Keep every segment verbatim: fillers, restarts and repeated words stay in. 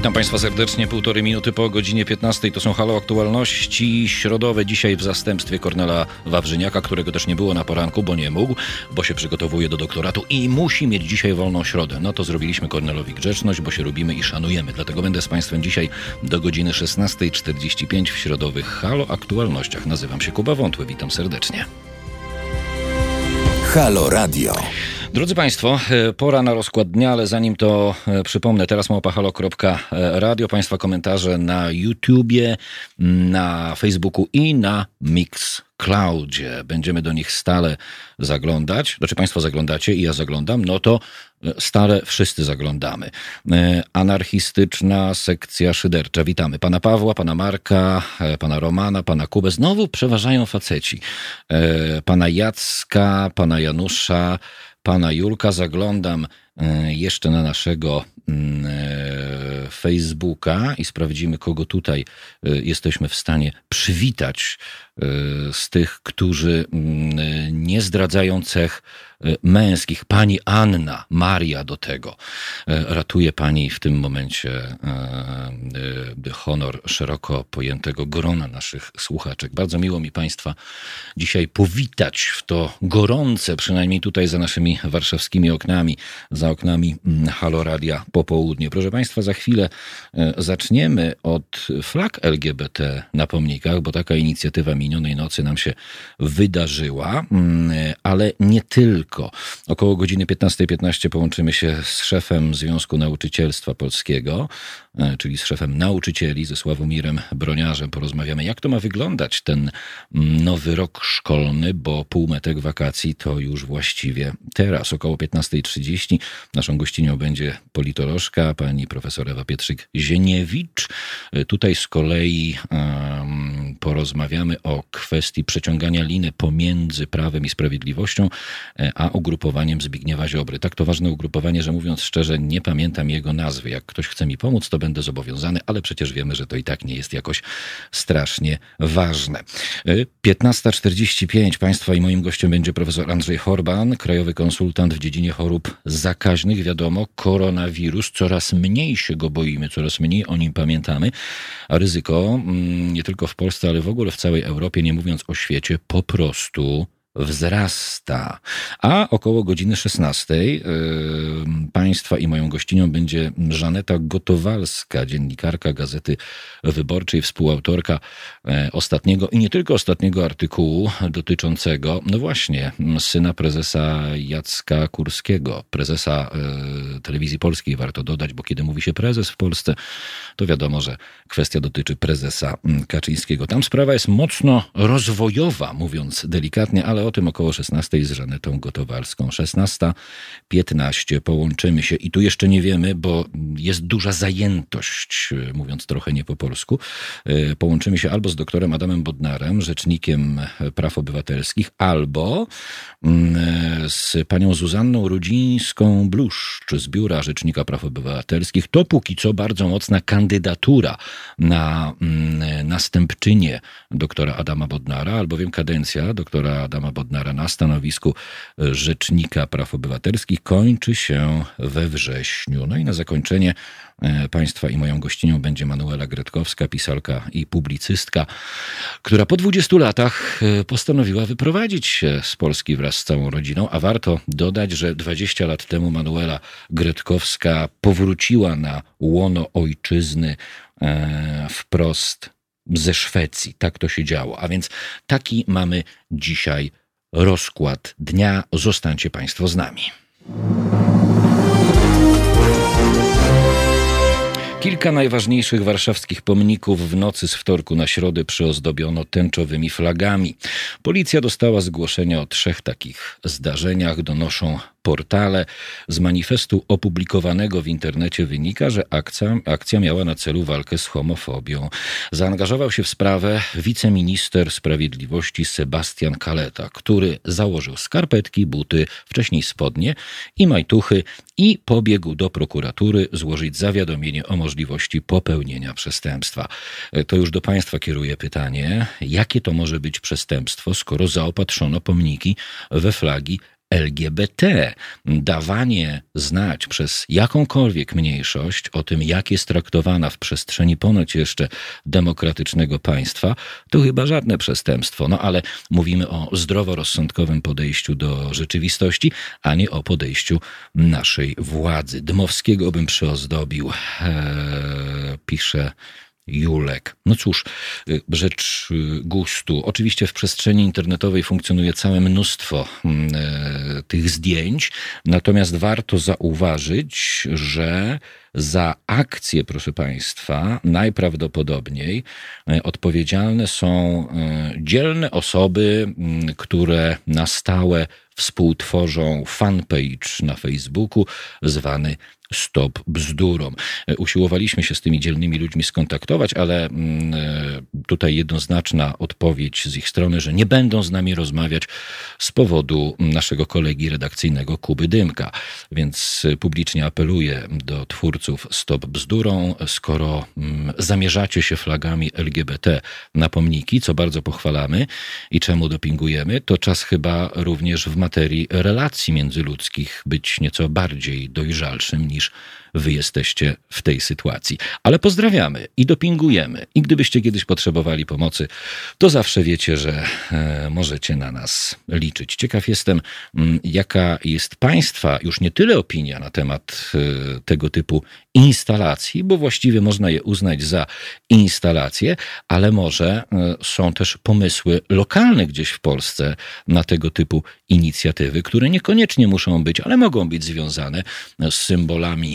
Witam Państwa serdecznie. Półtorej minuty po godzinie piętnastej. To są Halo Aktualności środowe. Dzisiaj w zastępstwie Kornela Wawrzyniaka, którego też nie było na poranku, bo nie mógł, bo się przygotowuje do doktoratu i musi mieć dzisiaj wolną środę. No to zrobiliśmy Kornelowi grzeczność, bo się lubimy i szanujemy. Dlatego będę z Państwem dzisiaj do godziny szesnasta czterdzieści pięć w środowych Halo Aktualnościach. Nazywam się Kuba Wątły. Witam serdecznie. Halo Radio. Drodzy Państwo, pora na rozkład dnia, ale zanim to przypomnę, teraz małpa halo kropka radio, Państwa komentarze na YouTubie, na Facebooku i na Mixcloudzie. Będziemy do nich stale zaglądać. Znaczy Państwo zaglądacie i ja zaglądam, no to stale wszyscy zaglądamy. Anarchistyczna sekcja szydercza. Witamy pana Pawła, pana Marka, pana Romana, pana Kubę. Znowu przeważają faceci. Pana Jacka, pana Janusza, pana Julka. Zaglądam jeszcze na naszego Facebooka i sprawdzimy, kogo tutaj jesteśmy w stanie przywitać z tych, którzy nie zdradzają cech męskich. Pani Anna, Maria do tego. Ratuje pani w tym momencie honor szeroko pojętego grona naszych słuchaczek. Bardzo miło mi Państwa dzisiaj powitać w to gorące, przynajmniej tutaj za naszymi warszawskimi oknami, za oknami Halo Radia popołudnie. Proszę Państwa, za chwilę zaczniemy od flag L G B T na pomnikach, bo taka inicjatywa minionej nocy nam się wydarzyła, ale nie tylko. Około godziny piętnasta piętnaście połączymy się z szefem Związku Nauczycielstwa Polskiego, czyli z szefem nauczycieli, ze Sławomirem Broniarzem. Porozmawiamy, jak to ma wyglądać ten nowy rok szkolny, bo półmetek wakacji to już właściwie teraz. Około piętnasta trzydzieści naszą gościnią będzie politolożka, pani profesor Ewa Pietrzyk-Zieniewicz. Tutaj z kolei um, porozmawiamy o kwestii przeciągania liny pomiędzy Prawem i Sprawiedliwością, a ugrupowaniem Zbigniewa Ziobry. Tak to ważne ugrupowanie, że mówiąc szczerze, nie pamiętam jego nazwy. Jak ktoś chce mi pomóc, to będę zobowiązany, ale przecież wiemy, że to i tak nie jest jakoś strasznie ważne. piętnasta czterdzieści pięć. Państwa i moim gościem będzie profesor Andrzej Horban, krajowy konsultant w dziedzinie chorób zakaźnych. Wiadomo, koronawirus, coraz mniej się go boimy, coraz mniej o nim pamiętamy, a ryzyko nie tylko w Polsce, ale w ogóle w całej Europie, nie mówiąc o świecie, po prostu wzrasta. A około godziny szesnastej yy, Państwa i moją gościnią będzie Żaneta Gotowalska, dziennikarka Gazety Wyborczej, współautorka yy, ostatniego i nie tylko ostatniego artykułu dotyczącego, no właśnie, syna prezesa Jacka Kurskiego, prezesa yy, Telewizji Polskiej, warto dodać, bo kiedy mówi się prezes w Polsce, to wiadomo, że kwestia dotyczy prezesa Kaczyńskiego. Tam sprawa jest mocno rozwojowa, mówiąc delikatnie, ale o tym około szesnastej z Żanetą Gotowalską. szesnasta piętnaście połączymy się i tu jeszcze nie wiemy, bo jest duża zajętość, mówiąc trochę nie po polsku. Połączymy się albo z doktorem Adamem Bodnarem, rzecznikiem praw obywatelskich, albo z panią Zuzanną Rudzińską-Bluszcz z Biura Rzecznika Praw Obywatelskich. To póki co bardzo mocna kandydatura na następczynię doktora Adama Bodnara, albowiem kadencja doktora Adama Bodnara na stanowisku Rzecznika Praw Obywatelskich kończy się we wrześniu. No i na zakończenie Państwa i moją gościnią będzie Manuela Gretkowska, pisarka i publicystka, która po dwudziestu latach postanowiła wyprowadzić się z Polski wraz z całą rodziną, a warto dodać, że dwadzieścia lat temu Manuela Gretkowska powróciła na łono ojczyzny e, wprost ze Szwecji. Tak to się działo. A więc taki mamy dzisiaj rozkład dnia. Zostańcie Państwo z nami. Kilka najważniejszych warszawskich pomników w nocy z wtorku na środę przyozdobiono tęczowymi flagami. Policja dostała zgłoszenia o trzech takich zdarzeniach, donoszą portale. Z manifestu opublikowanego w internecie wynika, że akcja, akcja miała na celu walkę z homofobią. Zaangażował się w sprawę wiceminister sprawiedliwości Sebastian Kaleta, który założył skarpetki, buty, wcześniej spodnie i majtuchy i pobiegł do prokuratury złożyć zawiadomienie o możliwości popełnienia przestępstwa. To już do Państwa kieruję pytanie, jakie to może być przestępstwo, skoro zaopatrzono pomniki we flagi L G B T. Dawanie znać przez jakąkolwiek mniejszość o tym, jak jest traktowana w przestrzeni ponoć jeszcze demokratycznego państwa, to chyba żadne przestępstwo. No ale mówimy o zdroworozsądkowym podejściu do rzeczywistości, a nie o podejściu naszej władzy. Dmowskiego bym przyozdobił, eee, pisze Julek. No cóż, rzecz gustu. Oczywiście w przestrzeni internetowej funkcjonuje całe mnóstwo e, tych zdjęć, natomiast warto zauważyć, że za akcję, proszę Państwa, najprawdopodobniej odpowiedzialne są dzielne osoby, które na stałe współtworzą fanpage na Facebooku zwany Stop Bzdurom. Usiłowaliśmy się z tymi dzielnymi ludźmi skontaktować, ale tutaj jednoznaczna odpowiedź z ich strony, że nie będą z nami rozmawiać z powodu naszego kolegi redakcyjnego Kuby Dymka. Więc publicznie apeluję do twórców Stop Bzdurom, skoro zamierzacie się flagami L G B T na pomniki, co bardzo pochwalamy i czemu dopingujemy, to czas chyba również w materii relacji międzyludzkich być nieco bardziej dojrzalszym niż wy jesteście w tej sytuacji. Ale pozdrawiamy i dopingujemy. I gdybyście kiedyś potrzebowali pomocy, to zawsze wiecie, że e, możecie na nas liczyć. Ciekaw jestem, m, jaka jest Państwa już nie tyle opinia na temat e, tego typu instalacji, bo właściwie można je uznać za instalacje, ale może e, są też pomysły lokalne gdzieś w Polsce na tego typu inicjatywy, które niekoniecznie muszą być, ale mogą być związane z symbolami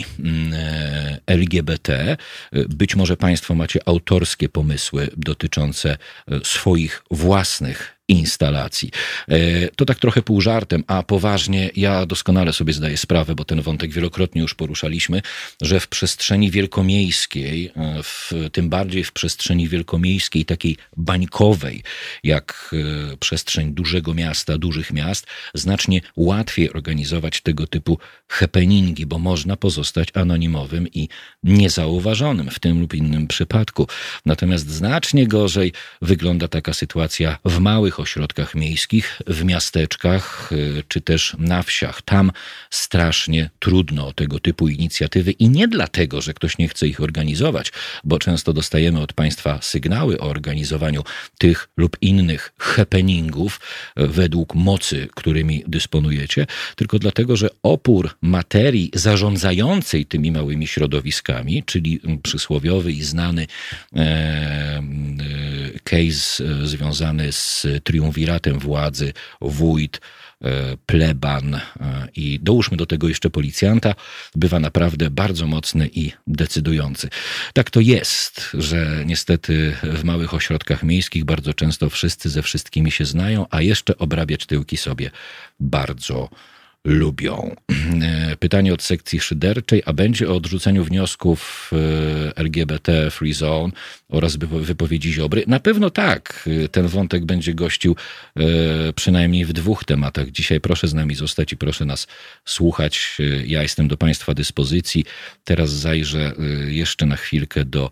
L G B T. Być może Państwo macie autorskie pomysły dotyczące swoich własnych instalacji. To tak trochę pół żartem, a poważnie ja doskonale sobie zdaję sprawę, bo ten wątek wielokrotnie już poruszaliśmy, że w przestrzeni wielkomiejskiej, w, tym bardziej w przestrzeni wielkomiejskiej, takiej bańkowej, jak przestrzeń dużego miasta, dużych miast, znacznie łatwiej organizować tego typu happeningi, bo można pozostać anonimowym i niezauważonym w tym lub innym przypadku. Natomiast znacznie gorzej wygląda taka sytuacja w małych ośrodkach miejskich, w miasteczkach czy też na wsiach. Tam strasznie trudno o tego typu inicjatywy i nie dlatego, że ktoś nie chce ich organizować, bo często dostajemy od Państwa sygnały o organizowaniu tych lub innych happeningów według mocy, którymi dysponujecie, tylko dlatego, że opór materii zarządzającej tymi małymi środowiskami, czyli przysłowiowy i znany e, e, case związany z triumviratem władzy, wójt, pleban i dołóżmy do tego jeszcze policjanta, bywa naprawdę bardzo mocny i decydujący. Tak to jest, że niestety w małych ośrodkach miejskich bardzo często wszyscy ze wszystkimi się znają, a jeszcze obrabiać tyłki sobie bardzo lubią. Pytanie od sekcji szyderczej, a będzie o odrzuceniu wniosków L G B T Free Zone oraz wypowiedzi Ziobry? Na pewno tak. Ten wątek będzie gościł przynajmniej w dwóch tematach. Dzisiaj proszę z nami zostać i proszę nas słuchać. Ja jestem do Państwa dyspozycji. Teraz zajrzę jeszcze na chwilkę do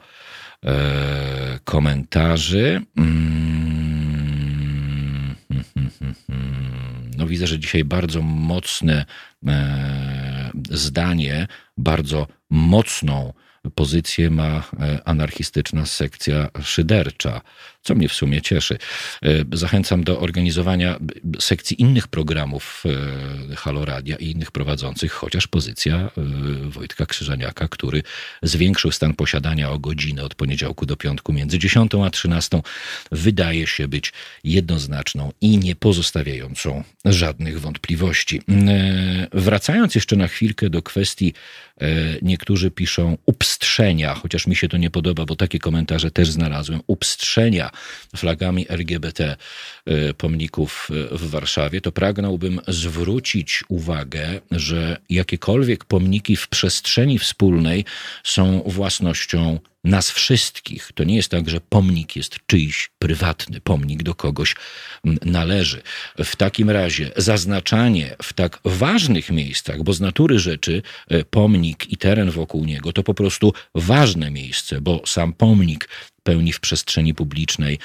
komentarzy. No widzę, że dzisiaj bardzo mocne e, zdanie, bardzo mocną pozycję ma anarchistyczna sekcja szydercza, co mnie w sumie cieszy. Zachęcam do organizowania sekcji innych programów Halo Radia i innych prowadzących, chociaż pozycja Wojtka Krzyżaniaka, który zwiększył stan posiadania o godzinę od poniedziałku do piątku między dziesiątą a trzynastą, wydaje się być jednoznaczną i nie pozostawiającą żadnych wątpliwości. Wracając jeszcze na chwilkę do kwestii, niektórzy piszą upstrzenia, chociaż mi się to nie podoba, bo takie komentarze też znalazłem, upstrzenia flagami L G B T pomników w Warszawie, to pragnąłbym zwrócić uwagę, że jakiekolwiek pomniki w przestrzeni wspólnej są własnością nas wszystkich. To nie jest tak, że pomnik jest czyjś prywatny, pomnik do kogoś należy. W takim razie zaznaczanie w tak ważnych miejscach, bo z natury rzeczy pomnik i teren wokół niego to po prostu ważne miejsce, bo sam pomnik pełni w przestrzeni publicznej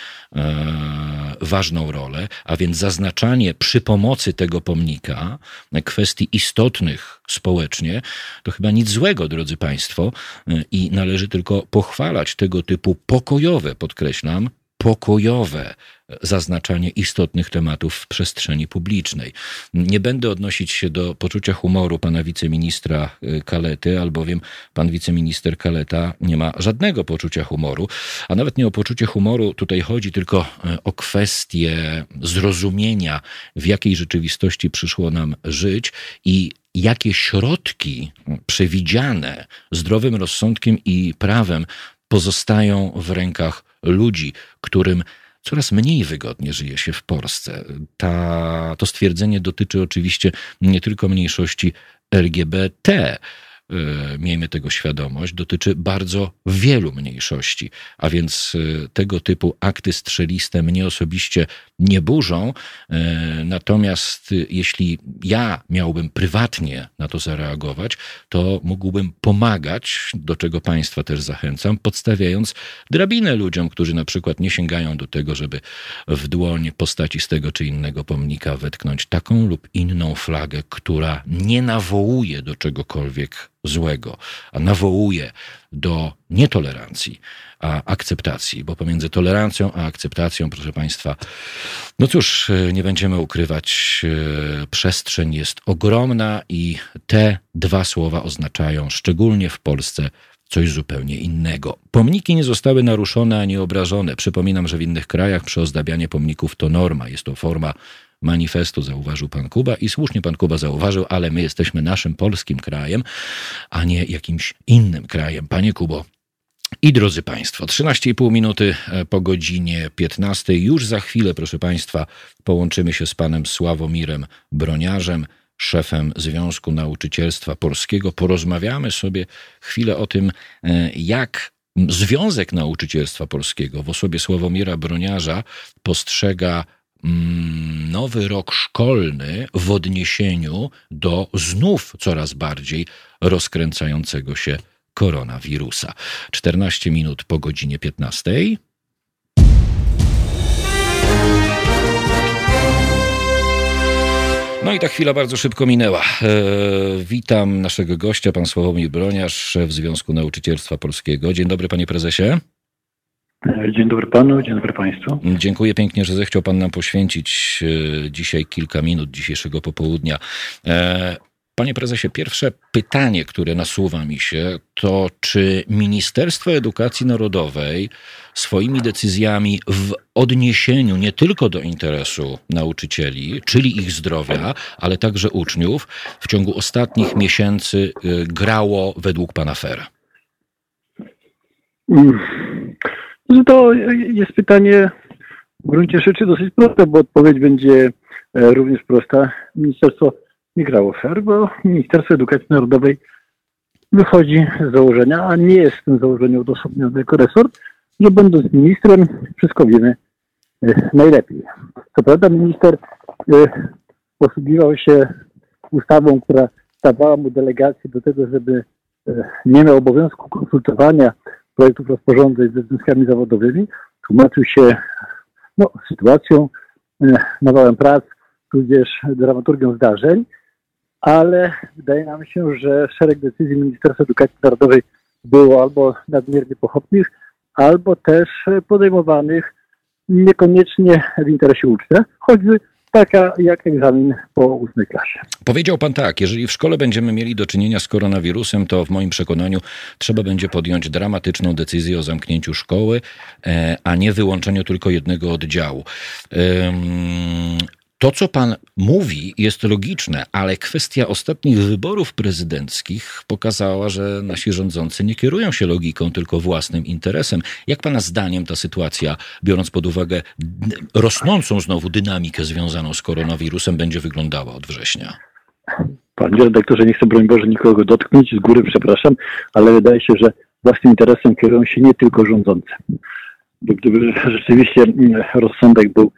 e, ważną rolę, a więc zaznaczanie przy pomocy tego pomnika kwestii istotnych społecznie, to chyba nic złego, drodzy Państwo, i należy tylko pochwalać tego typu pokojowe, podkreślam, pokojowe zaznaczanie istotnych tematów w przestrzeni publicznej. Nie będę odnosić się do poczucia humoru pana wiceministra Kalety, albowiem pan wiceminister Kaleta nie ma żadnego poczucia humoru, a nawet nie o poczucie humoru tutaj chodzi, tylko o kwestię zrozumienia, w jakiej rzeczywistości przyszło nam żyć i jakie środki przewidziane zdrowym rozsądkiem i prawem pozostają w rękach ludzi, którym coraz mniej wygodnie żyje się w Polsce. Ta, to stwierdzenie dotyczy oczywiście nie tylko mniejszości L G B T, miejmy tego świadomość, dotyczy bardzo wielu mniejszości, a więc tego typu akty strzeliste mnie osobiście nie burzą, natomiast jeśli ja miałbym prywatnie na to zareagować, to mógłbym pomagać, do czego Państwa też zachęcam, podstawiając drabinę ludziom, którzy na przykład nie sięgają do tego, żeby w dłoń postaci z tego czy innego pomnika wetknąć taką lub inną flagę, która nie nawołuje do czegokolwiek złego, a nawołuje do nietolerancji, a akceptacji, bo pomiędzy tolerancją a akceptacją, proszę Państwa, no cóż, nie będziemy ukrywać, przestrzeń jest ogromna i te dwa słowa oznaczają, szczególnie w Polsce, coś zupełnie innego. Pomniki nie zostały naruszone ani obrażone. Przypominam, że w innych krajach przyozdabianie pomników to norma. Jest to forma manifestu, zauważył pan Kuba i słusznie pan Kuba zauważył, ale my jesteśmy naszym polskim krajem, a nie jakimś innym krajem. Panie Kubo i drodzy Państwo, trzynaście i pół minuty po godzinie piętnastej. Już za chwilę, proszę Państwa, połączymy się z panem Sławomirem Broniarzem, szefem Związku Nauczycielstwa Polskiego. Porozmawiamy sobie chwilę o tym, jak Związek Nauczycielstwa Polskiego w osobie Sławomira Broniarza postrzega nowy rok szkolny w odniesieniu do znów coraz bardziej rozkręcającego się koronawirusa. czternaście minut po godzinie piętnastej. No i ta chwila bardzo szybko minęła. E, witam naszego gościa, pan Sławomir Broniarz, szef Związku Nauczycielstwa Polskiego. Dzień dobry, panie prezesie. Dzień dobry panu, dzień dobry państwu. Dziękuję pięknie, że zechciał pan nam poświęcić dzisiaj kilka minut dzisiejszego popołudnia. Panie prezesie, pierwsze pytanie, które nasuwa mi się, to czy Ministerstwo Edukacji Narodowej swoimi decyzjami w odniesieniu nie tylko do interesu nauczycieli, czyli ich zdrowia, ale także uczniów, w ciągu ostatnich miesięcy grało według pana fair? Mm. To jest pytanie w gruncie rzeczy dosyć proste, bo odpowiedź będzie również prosta. Ministerstwo nie grało fair, bo Ministerstwo Edukacji Narodowej wychodzi z założenia, a nie jest w tym założeniu odosobniony jako resort, że będąc ministrem wszystko wiemy najlepiej. Co prawda minister posługiwał się ustawą, która dawała mu delegację do tego, żeby nie miał obowiązku konsultowania projektów rozporządzeń ze związkami zawodowymi, tłumaczył się no, sytuacją, nawałem prac, tudzież dramaturgią zdarzeń, ale wydaje nam się, że szereg decyzji Ministerstwa Edukacji Narodowej było albo nadmiernie pochopnych, albo też podejmowanych niekoniecznie w interesie ucznia, choćby taka jak egzamin po ósmej klasie. Powiedział pan tak, jeżeli w szkole będziemy mieli do czynienia z koronawirusem, to w moim przekonaniu trzeba będzie podjąć dramatyczną decyzję o zamknięciu szkoły, a nie wyłączeniu tylko jednego oddziału. To, co pan mówi, jest logiczne, ale kwestia ostatnich wyborów prezydenckich pokazała, że nasi rządzący nie kierują się logiką, tylko własnym interesem. Jak pana zdaniem ta sytuacja, biorąc pod uwagę rosnącą znowu dynamikę związaną z koronawirusem, będzie wyglądała od września? Panie redaktorze, nie chcę, broń Boże, nikogo dotknąć, z góry przepraszam, ale wydaje się, że własnym interesem kierują się nie tylko rządzący. Bo gdyby rzeczywiście rozsądek był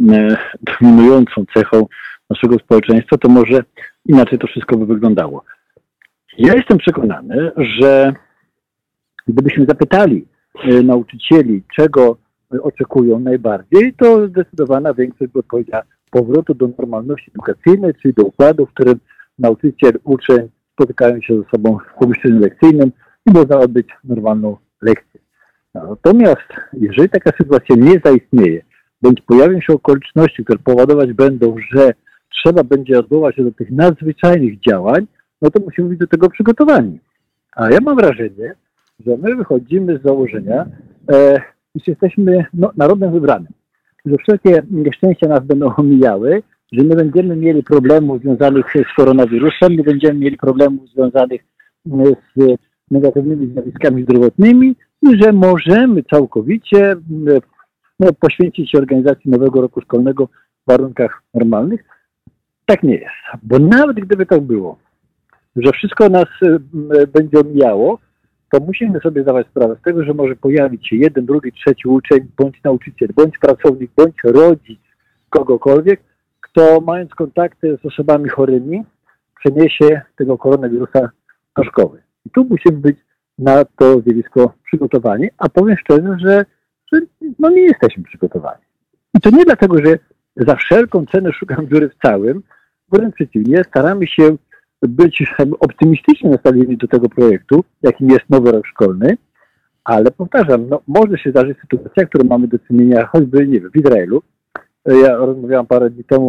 dominującą cechą naszego społeczeństwa, to może inaczej to wszystko by wyglądało. Ja jestem przekonany, że gdybyśmy zapytali nauczycieli, czego oczekują najbardziej, to zdecydowana większość by odpowiedziała powrotu do normalności edukacyjnej, czyli do układu, w którym nauczyciel, uczeń spotykają się ze sobą w pomieszczeniu lekcyjnym i można odbyć normalną lekcję. Natomiast jeżeli taka sytuacja nie zaistnieje, bądź pojawią się okoliczności, które powodować będą, że trzeba będzie odwołać się do tych nadzwyczajnych działań, no to musimy być do tego przygotowani. A ja mam wrażenie, że my wychodzimy z założenia, e, iż jesteśmy no, narodem wybranym, że wszelkie nieszczęścia nas będą omijały, że nie będziemy mieli problemów związanych z koronawirusem, nie będziemy mieli problemów związanych z negatywnymi zjawiskami zdrowotnymi i że możemy całkowicie no, poświęcić się organizacji nowego roku szkolnego w warunkach normalnych. Tak nie jest, bo nawet gdyby tak było, że wszystko nas będzie omijało, to musimy sobie zdawać sprawę z tego, że może pojawić się jeden, drugi, trzeci uczeń, bądź nauczyciel, bądź pracownik, bądź rodzic kogokolwiek, kto mając kontakty z osobami chorymi, przeniesie tego koronawirusa do szkoły. I tu musimy być na to zjawisko przygotowani, a powiem szczerze, że, że no nie jesteśmy przygotowani. I to nie dlatego, że za wszelką cenę szukam dziury w całym, wręcz przeciwnie, staramy się być optymistycznie nastawieni do tego projektu, jakim jest nowy rok szkolny, ale powtarzam, no, może się zdarzyć sytuacja, którą mamy do czynienia choćby, nie wiem, w Izraelu. Ja rozmawiałam parę dni temu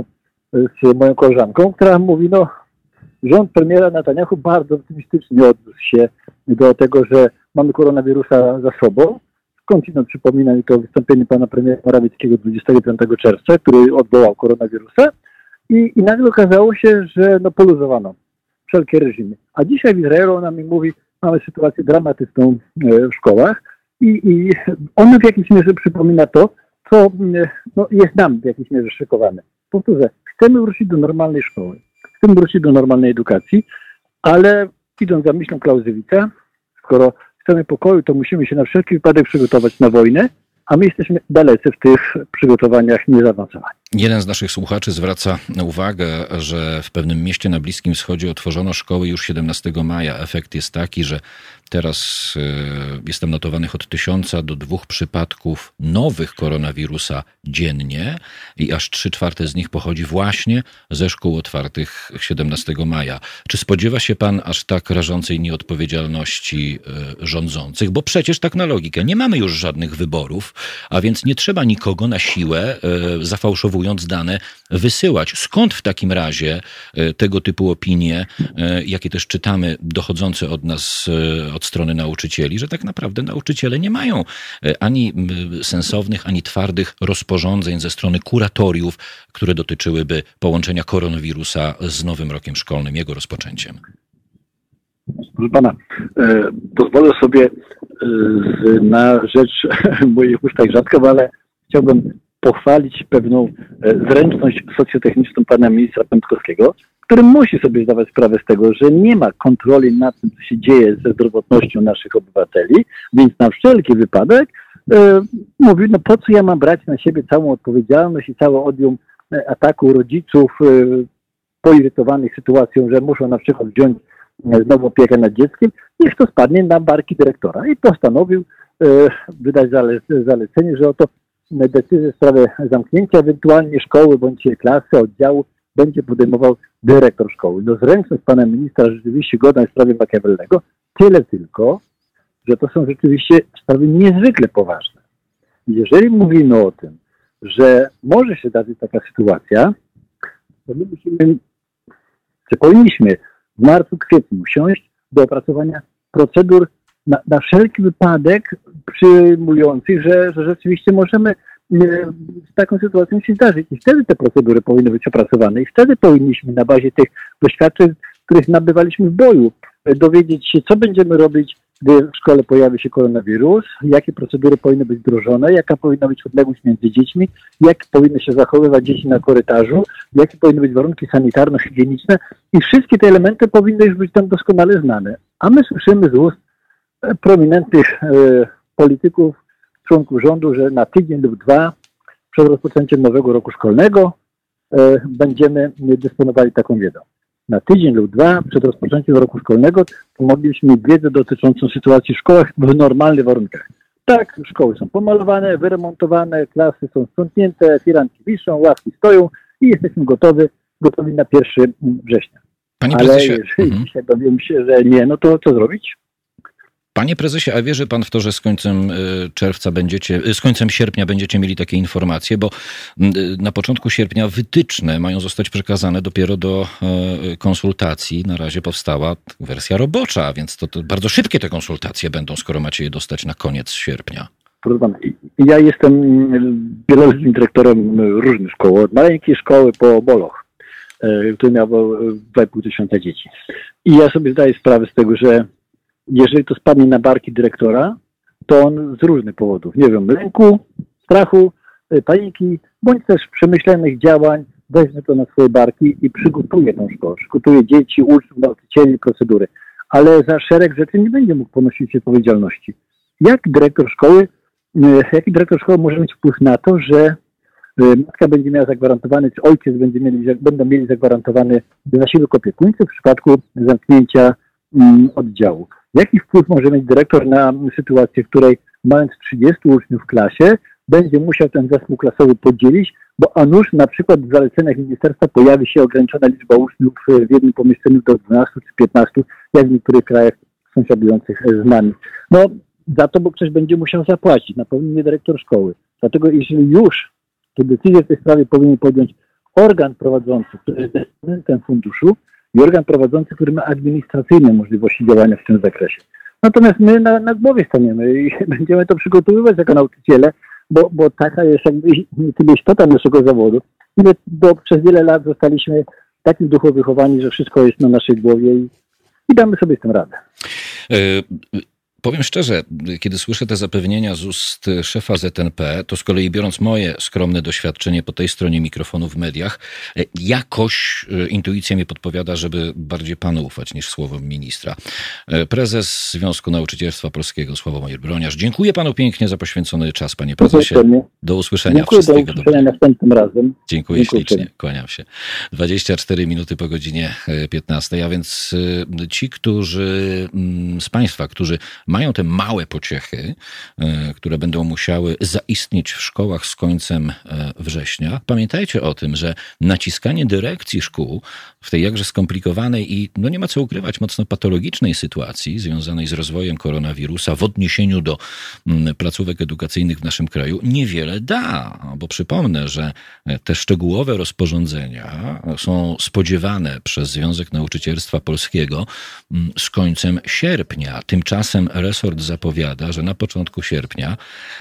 z moją koleżanką, która mówi, no rząd premiera Netanyahu bardzo optymistycznie odniósł się do tego, że mamy koronawirusa za sobą. Skądinąd przypomina mi to wystąpienie pana premiera Morawieckiego dwudziestego piątego czerwca, który odwołał koronawirusa i, i nagle okazało się, że no, poluzowano wszelkie reżimy. A dzisiaj w Izraelu ona mi mówi, mamy sytuację dramatyczną w szkołach i, i ona w jakiejś mierze przypomina to, co no, jest nam w jakiejś mierze szykowane. Powtórzę, chcemy wrócić do normalnej szkoły, chcemy wrócić do normalnej edukacji, ale idąc za myślą Clausewitza, skoro chcemy pokoju, to musimy się na wszelki wypadek przygotować na wojnę, a my jesteśmy dalecy w tych przygotowaniach nie zaawansowani. Jeden z naszych słuchaczy zwraca uwagę, że w pewnym mieście na Bliskim Wschodzie otworzono szkoły już siedemnastego maja. Efekt jest taki, że teraz jest tam notowanych od tysiąca do dwóch przypadków nowych koronawirusa dziennie i aż trzy czwarte z nich pochodzi właśnie ze szkół otwartych siedemnastego maja. Czy spodziewa się pan aż tak rażącej nieodpowiedzialności rządzących? Bo przecież tak na logikę, nie mamy już żadnych wyborów, a więc nie trzeba nikogo na siłę zafałszować dane, wysyłać. Skąd w takim razie tego typu opinie, jakie też czytamy, dochodzące od nas, od strony nauczycieli, że tak naprawdę nauczyciele nie mają ani sensownych, ani twardych rozporządzeń ze strony kuratoriów, które dotyczyłyby połączenia koronawirusa z nowym rokiem szkolnym, jego rozpoczęciem? Proszę pana, e, pozwolę sobie e, z, na rzecz moich ustach rzadko, ale chciałbym pochwalić pewną zręczność socjotechniczną pana ministra Pętkowskiego, który musi sobie zdawać sprawę z tego, że nie ma kontroli nad tym, co się dzieje ze zdrowotnością naszych obywateli, więc na wszelki wypadek e, mówi, no po co ja mam brać na siebie całą odpowiedzialność i całe odium ataku rodziców e, poirytowanych sytuacją, że muszą na przykład wziąć znowu opiekę nad dzieckiem, niech to spadnie na barki dyrektora. I postanowił e, wydać zale, zalecenie, że oto decyzję w sprawie zamknięcia ewentualnie szkoły bądź klasy, oddziału będzie podejmował dyrektor szkoły. No zręczność pana ministra rzeczywiście godna jest sprawy Machiavellego, tyle tylko, że to są rzeczywiście sprawy niezwykle poważne. Jeżeli mówimy o tym, że może się zdarzyć taka sytuacja, to my musimy, czy powinniśmy w marcu, kwietniu siąść do opracowania procedur na, na wszelki wypadek przyjmujących, że, że rzeczywiście możemy e, z taką sytuacją się zdarzyć. I wtedy te procedury powinny być opracowane i wtedy powinniśmy na bazie tych doświadczeń, których nabywaliśmy w boju, e, dowiedzieć się, co będziemy robić, gdy w szkole pojawi się koronawirus, jakie procedury powinny być wdrożone, jaka powinna być odległość między dziećmi, jak powinny się zachowywać dzieci na korytarzu, jakie powinny być warunki sanitarno-higieniczne i wszystkie te elementy powinny już być tam doskonale znane. A my słyszymy z ust prominentnych e, polityków, członków rządu, że na tydzień lub dwa przed rozpoczęciem nowego roku szkolnego e, będziemy dysponowali taką wiedzą. Na tydzień lub dwa przed rozpoczęciem roku szkolnego mogliśmy mieć wiedzę dotyczącą sytuacji w szkołach w normalnych warunkach. Tak, szkoły są pomalowane, wyremontowane, klasy są sprzątnięte, firanki wiszą, ławki stoją i jesteśmy gotowi, gotowi na pierwszego września. Panie Ale prezesie, jeżeli mhm. dzisiaj dowiem się, że nie, no to co zrobić? Panie prezesie, a wierzy pan w to, że z końcem czerwca będziecie, z końcem sierpnia będziecie mieli takie informacje, bo na początku sierpnia wytyczne mają zostać przekazane dopiero do konsultacji. Na razie powstała wersja robocza, więc to, to bardzo szybkie te konsultacje będą, skoro macie je dostać na koniec sierpnia. Proszę pana, ja jestem wieloletnim dyrektorem różnych szkół, od maleńkiej szkoły po Boloch, który miał dwa i pół tysiąca dzieci. I ja sobie zdaję sprawę z tego, że jeżeli to spadnie na barki dyrektora, to on z różnych powodów, nie wiem, lęku, strachu, paniki, bądź też przemyślenych działań weźmie to na swoje barki i przygotuje tą szkołę, przygotuje dzieci, uczniów, nauczycieli, procedury. Ale za szereg rzeczy nie będzie mógł ponosić odpowiedzialności. Jak dyrektor szkoły, jaki dyrektor szkoły może mieć wpływ na to, że matka będzie miała zagwarantowany, czy ojciec będzie mieli, będą mieli zagwarantowany zasiłek opiekuńczy w przypadku zamknięcia um, oddziału? Jaki wpływ może mieć dyrektor na sytuację, w której mając trzydziestu uczniów w klasie, będzie musiał ten zespół klasowy podzielić, bo a nuż na przykład w zaleceniach ministerstwa pojawi się ograniczona liczba uczniów w jednym pomieszczeniu do dwunastu czy piętnastu, jak w niektórych krajach sąsiadujących z nami. No za to, bo ktoś będzie musiał zapłacić, na pewno nie dyrektor szkoły. Dlatego jeśli już tę decyzję w tej sprawie powinien podjąć organ prowadzący, który jest dysponentem funduszu, i organ prowadzący, który ma administracyjne możliwości działania w tym zakresie. Natomiast my na, na głowie staniemy i będziemy to przygotowywać jako nauczyciele, bo, bo taka jest jakby nie tyle istota naszego zawodu, ile bo przez wiele lat zostaliśmy w takim duchu wychowani, że wszystko jest na naszej głowie i, i damy sobie z tym radę. Y- Powiem szczerze, kiedy słyszę te zapewnienia z ust szefa Z N P, to z kolei biorąc moje skromne doświadczenie po tej stronie mikrofonu w mediach, jakoś intuicja mi podpowiada, żeby bardziej panu ufać niż słowom ministra. Prezes Związku Nauczycielstwa Polskiego Sławomir Broniarz. Dziękuję panu pięknie za poświęcony czas, panie prezesie. Do usłyszenia. Dziękuję, Wszystkiego do usłyszenia dobrego. następnym razem. Dziękuję, Dziękuję ślicznie. Kłaniam się. dwadzieścia cztery minuty po godzinie piętnastej, a więc ci, którzy z państwa, którzy mają te małe pociechy, które będą musiały zaistnieć w szkołach z końcem września. Pamiętajcie o tym, że naciskanie dyrekcji szkół w tej jakże skomplikowanej i, no nie ma co ukrywać, mocno patologicznej sytuacji związanej z rozwojem koronawirusa w odniesieniu do placówek edukacyjnych w naszym kraju niewiele da. Bo przypomnę, że te szczegółowe rozporządzenia są spodziewane przez Związek Nauczycielstwa Polskiego z końcem sierpnia. Tymczasem resort zapowiada, że na początku sierpnia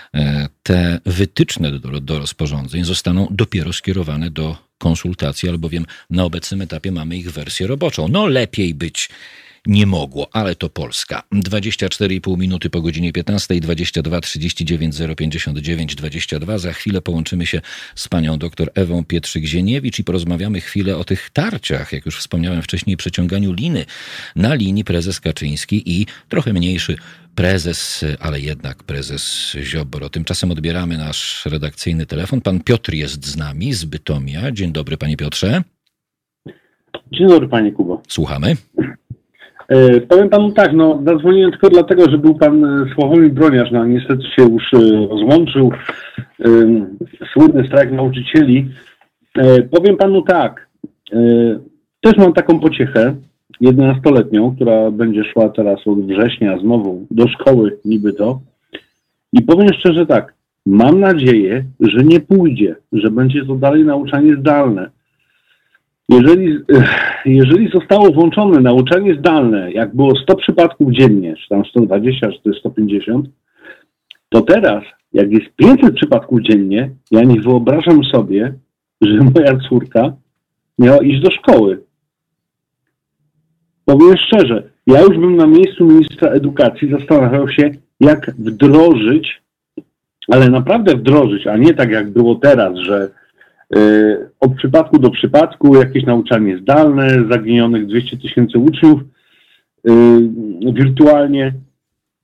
te wytyczne do, do rozporządzeń zostaną dopiero skierowane do konsultacji, albowiem na obecnym etapie mamy ich wersję roboczą. No lepiej być nie mogło, ale to Polska. dwadzieścia cztery i pół minuty po godzinie piętnastej, dwadzieścia dwa trzydzieści dziewięć zero pięćdziesiąt dziewięć dwadzieścia dwa. Za chwilę połączymy się z panią dr Ewą Pietrzyk-Zieniewicz i porozmawiamy chwilę o tych tarciach, jak już wspomniałem wcześniej, przeciąganiu liny na linii prezes Kaczyński i trochę mniejszy prezes, ale jednak prezes Ziobro. Tymczasem odbieramy nasz redakcyjny telefon. Pan Piotr jest z nami z Bytomia. Dzień dobry, panie Piotrze. Dzień dobry, panie Kubo. Słuchamy. E, powiem panu tak, no zadzwoniłem tylko dlatego, że był pan Sławomir Broniarz, no niestety się już e, rozłączył. E, słynny strajk nauczycieli. E, powiem panu tak, e, też mam taką pociechę, jedenastoletnią, która będzie szła teraz od września znowu do szkoły niby to. I powiem szczerze tak, mam nadzieję, że nie pójdzie, że będzie to dalej nauczanie zdalne. Jeżeli, jeżeli zostało włączone nauczanie zdalne, jak było sto przypadków dziennie, czy tam sto dwadzieścia, czy sto pięćdziesiąt, to teraz, jak jest pięćset przypadków dziennie, ja nie wyobrażam sobie, że moja córka miała iść do szkoły. Powiem szczerze, ja już bym na miejscu ministra edukacji zastanawiał się, jak wdrożyć, ale naprawdę wdrożyć, a nie tak jak było teraz, że Yy, od przypadku do przypadku jakieś nauczanie zdalne, zaginionych dwieście tysięcy uczniów yy, wirtualnie.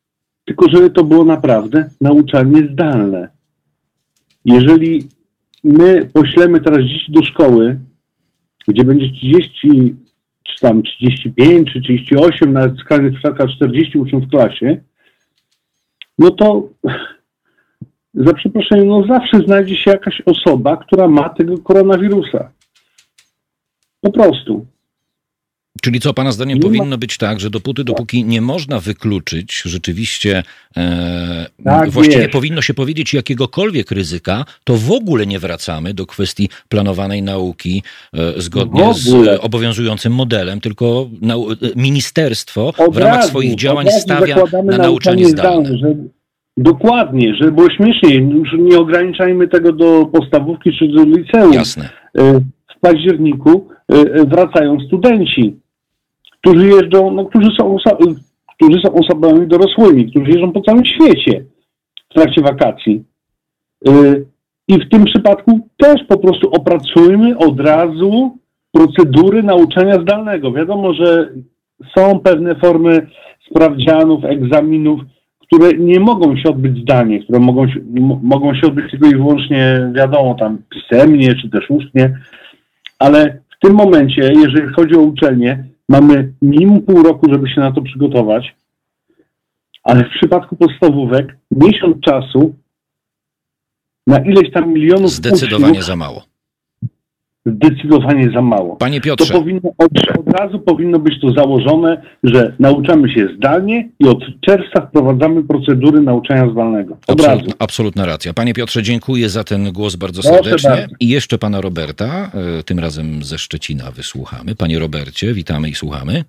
tylko żeby to było naprawdę nauczanie zdalne. Jeżeli my poślemy teraz dzieci do szkoły, gdzie będzie trzydzieści, czy tam trzydzieści pięć, czy trzydzieści osiem, nawet skrajnych przypadkach czterdzieści uczniów w klasie, no to za przeproszeniem, no zawsze znajdzie się jakaś osoba, która ma tego koronawirusa. Po prostu. Czyli co, pana zdaniem Nie powinno ma... być tak, że dopóty, dopóki nie można wykluczyć rzeczywiście, e, tak właściwie jest. powinno się powiedzieć jakiegokolwiek ryzyka, to w ogóle nie wracamy do kwestii planowanej nauki e, zgodnie z obowiązującym modelem, tylko nau- ministerstwo od w ramach razu, swoich działań stawia na na nauczanie zdalne. zdalne że, dokładnie, żeby było śmieszniej. Już nie ograniczajmy tego do podstawówki czy do liceum. Jasne. W październiku wracają studenci, którzy jeżdżą, no, którzy są, oso- którzy są osobami dorosłymi, którzy jeżdżą po całym świecie w trakcie wakacji. I w tym przypadku też po prostu opracujmy od razu procedury nauczania zdalnego. Wiadomo, że są pewne formy sprawdzianów, egzaminów, które nie mogą się odbyć zdalnie, które mogą się, m- mogą się odbyć tylko i wyłącznie, wiadomo, tam pisemnie, czy też ustnie, ale w tym momencie, jeżeli chodzi o uczelnię, mamy minimum pół roku, żeby się na to przygotować, ale w przypadku podstawówek miesiąc czasu na ileś tam milionów Zdecydowanie uczniów, za mało. zdecydowanie za mało. Panie To Piotrze, powinno, od, od razu powinno być to założone, że nauczamy się zdalnie i od czerwca wprowadzamy procedury nauczania zdalnego. Od absolutna, razu. absolutna racja. Panie Piotrze, dziękuję za ten głos bardzo Proszę serdecznie. bardzo. I jeszcze pana Roberta, e, tym razem ze Szczecina wysłuchamy. Panie Robercie, witamy i słuchamy.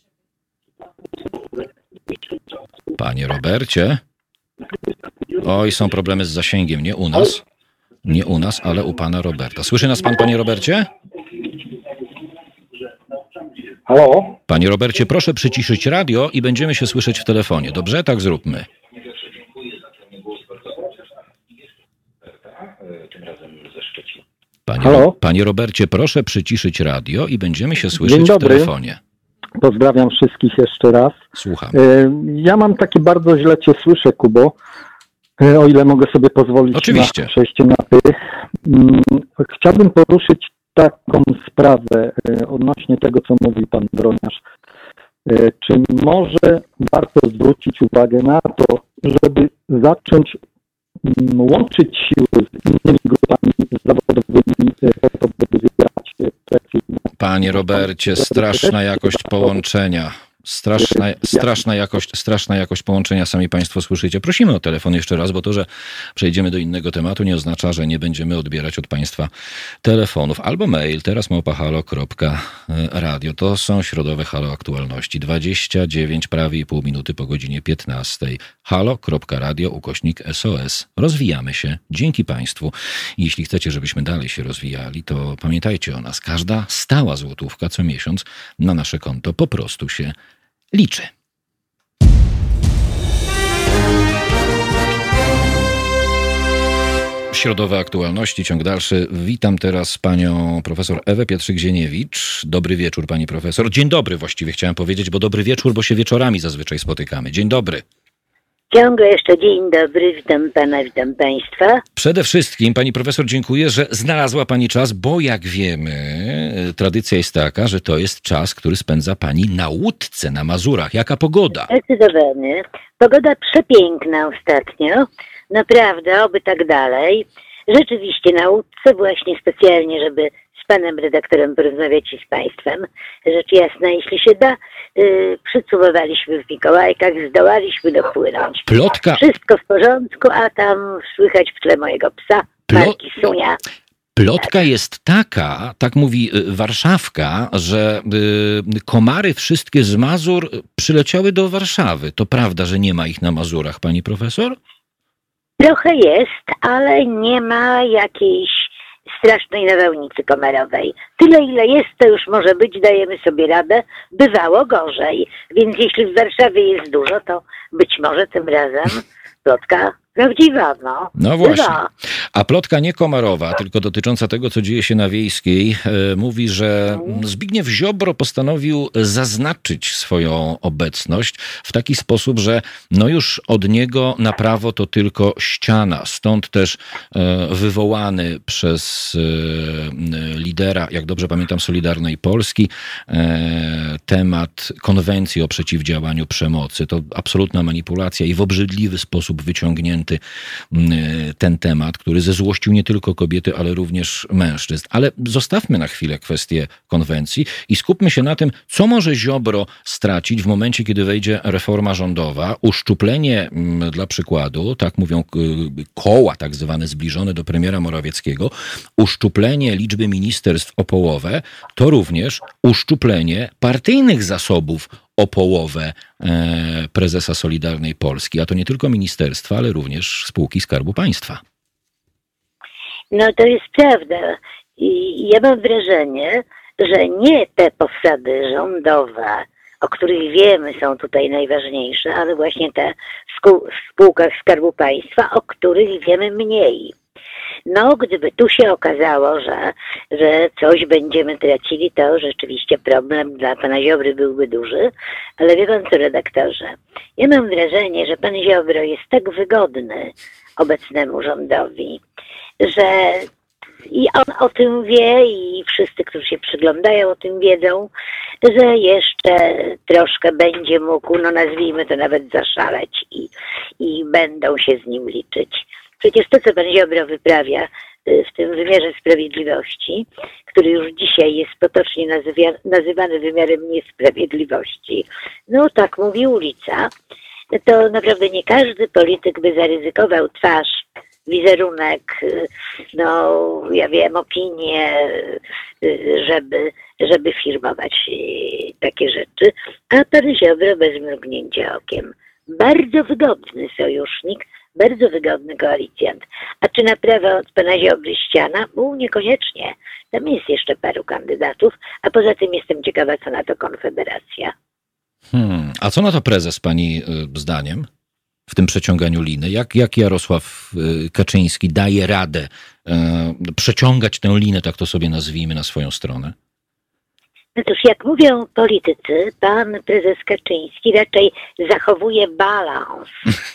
Panie Robercie. Oj, są problemy z zasięgiem, nie u nas. Nie u nas, ale u pana Roberta. Słyszy nas pan, panie Robercie? Halo? Panie Robercie, proszę przyciszyć radio i będziemy się słyszeć w telefonie. Dobrze? Tak zróbmy. Panie, Halo? panie Robercie, proszę przyciszyć radio i będziemy się słyszeć Dzień w dobry. telefonie. Pozdrawiam wszystkich jeszcze raz. Słucham. E, Ja mam takie bardzo źle cię słyszę, Kubo, e, o ile mogę sobie pozwolić Oczywiście. na przejście na ty. Mm, Chciałbym poruszyć taką sprawę e, odnośnie tego, co mówi pan Broniarz. E, Czy może warto zwrócić uwagę na to, żeby zacząć mm, łączyć siły z innymi grupami zawodowymi, e, po to, by wywierać e, presję? Panie Robercie, straszna jakość połączenia. Straszna, straszna, jakość, straszna jakość połączenia, sami państwo słyszycie. Prosimy o telefon jeszcze raz, bo to, że przejdziemy do innego tematu, nie oznacza, że nie będziemy odbierać od państwa telefonów. Albo mail, teraz małpa halo kropka radio. To są środowe Halo Aktualności. dwadzieścia dziewięć, prawie i pół minuty po godzinie piętnastej. halo kropka radio ukośnik S O S. Rozwijamy się. Dzięki państwu. Jeśli chcecie, żebyśmy dalej się rozwijali, to pamiętajcie o nas. Każda stała złotówka co miesiąc na nasze konto po prostu się liczy. Środowe aktualności, ciąg dalszy. Witam teraz panią profesor Ewę Pietrzyk-Zieniewicz. Dobry wieczór, pani profesor. Dzień dobry właściwie chciałem powiedzieć, bo dobry wieczór, bo się wieczorami zazwyczaj spotykamy. Dzień dobry. Ciągle jeszcze dzień dobry, witam pana, witam państwa. Przede wszystkim, pani profesor, dziękuję, że znalazła pani czas, bo jak wiemy, tradycja jest taka, że to jest czas, który spędza pani na łódce na Mazurach. Jaka pogoda? Zdecydowanie. Pogoda przepiękna ostatnio. Naprawdę, oby tak dalej. Rzeczywiście na łódce właśnie specjalnie, żeby z panem redaktorem porozmawiać i z państwem. Rzecz jasna, jeśli się da, yy, przycumowaliśmy w Mikołajkach, zdołaliśmy dopłynąć. Plotka, Wszystko w porządku, a tam słychać w tle mojego psa, Plo- Marki Sunia. plotka jest taka, tak mówi y, Warszawka, że y, komary wszystkie z Mazur przyleciały do Warszawy. To prawda, że nie ma ich na Mazurach, pani profesor? Trochę jest, ale nie ma jakiejś strasznej nawałnicy komarowej. Tyle, ile jest, to już może być, dajemy sobie radę. Bywało gorzej, więc jeśli w Warszawie jest dużo, to być może tym razem plotka Prawdziwa, no. No właśnie. Bywa. A plotka nie Komarowa, tylko dotycząca tego, co dzieje się na Wiejskiej, e, mówi, że Zbigniew Ziobro postanowił zaznaczyć swoją obecność w taki sposób, że no już od niego na prawo to tylko ściana. Stąd też e, wywołany przez e, lidera, jak dobrze pamiętam, Solidarnej Polski, e, temat konwencji o przeciwdziałaniu przemocy. To absolutna manipulacja i w obrzydliwy sposób wyciągnięty ten temat, który zezłościł nie tylko kobiety, ale również mężczyzn. Ale zostawmy na chwilę kwestię konwencji i skupmy się na tym, co może Ziobro stracić w momencie, kiedy wejdzie reforma rządowa, uszczuplenie dla przykładu, tak mówią koła tak zwane zbliżone do premiera Morawieckiego, uszczuplenie liczby ministerstw o połowę, to również uszczuplenie partyjnych zasobów o połowę prezesa Solidarnej Polski, a to nie tylko ministerstwa, ale również spółki Skarbu Państwa. No to jest prawda. I ja mam wrażenie, że nie te posady rządowe, o których wiemy, są tutaj najważniejsze, ale właśnie te w spółkach Skarbu Państwa, o których wiemy mniej. No, gdyby tu się okazało, że, że coś będziemy tracili, to rzeczywiście problem dla pana Ziobry byłby duży, ale wie pan co, redaktorze, ja mam wrażenie, że pan Ziobro jest tak wygodny obecnemu rządowi, że i on o tym wie i wszyscy, którzy się przyglądają, o tym wiedzą, że jeszcze troszkę będzie mógł, no nazwijmy to nawet zaszaleć i, i będą się z nim liczyć. Przecież to, co pan Ziobro wyprawia w tym wymiarze sprawiedliwości, który już dzisiaj jest potocznie nazywa, nazywany wymiarem niesprawiedliwości, no tak mówi ulica, to naprawdę nie każdy polityk by zaryzykował twarz, wizerunek, no ja wiem, opinię, żeby, żeby firmować takie rzeczy, a pan Ziobro bez mrugnięcia okiem. Bardzo wygodny sojusznik, bardzo wygodny koalicjant. A czy na prawo od pana Ziobry ściana? Był niekoniecznie. Tam jest jeszcze paru kandydatów, a poza tym jestem ciekawa, co na to Konfederacja. Hmm. A co na to prezes, pani y, zdaniem, w tym przeciąganiu liny? Jak, jak Jarosław y, Kaczyński daje radę y, przeciągać tę linę, tak to sobie nazwijmy, na swoją stronę? No cóż, jak mówią politycy, pan prezes Kaczyński raczej zachowuje balans.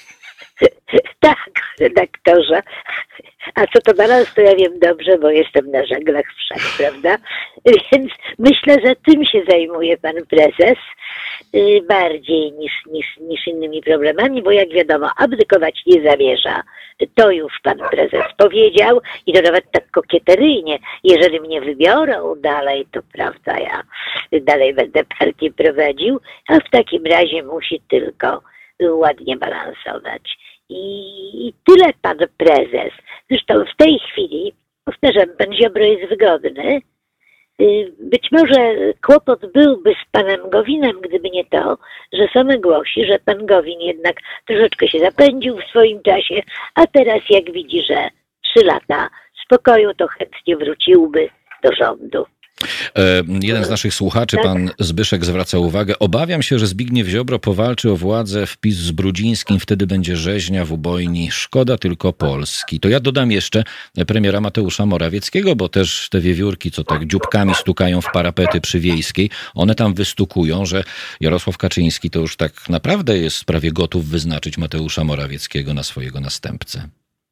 Tak, redaktorze. A co to balans, to ja wiem dobrze, bo jestem na żaglach wszak, prawda? Więc myślę, że tym się zajmuje pan prezes yy, bardziej niż, niż, niż innymi problemami, bo jak wiadomo, abdykować nie zamierza. To już pan prezes powiedział i to nawet tak kokieteryjnie. Jeżeli mnie wybiorą dalej, to prawda, ja dalej będę partię prowadził, a w takim razie musi tylko ładnie balansować. I tyle pan prezes. Zresztą w tej chwili, powtarzam, pan Ziobro jest wygodny. Być może kłopot byłby z panem Gowinem, gdyby nie to, że same głosi, że pan Gowin jednak troszeczkę się zapędził w swoim czasie, a teraz jak widzi, że trzy lata spokoju, to chętnie wróciłby do rządu. Jeden z naszych słuchaczy, pan Zbyszek, zwraca uwagę: obawiam się, że Zbigniew Ziobro powalczy o władzę w PiS z Brudzińskim, wtedy będzie rzeźnia w ubojni. Szkoda tylko Polski. To ja dodam jeszcze premiera Mateusza Morawieckiego, bo też te wiewiórki, co tak dzióbkami stukają w parapety przy Wiejskiej, one tam wystukują, że Jarosław Kaczyński to już tak naprawdę jest prawie gotów wyznaczyć Mateusza Morawieckiego na swojego następcę.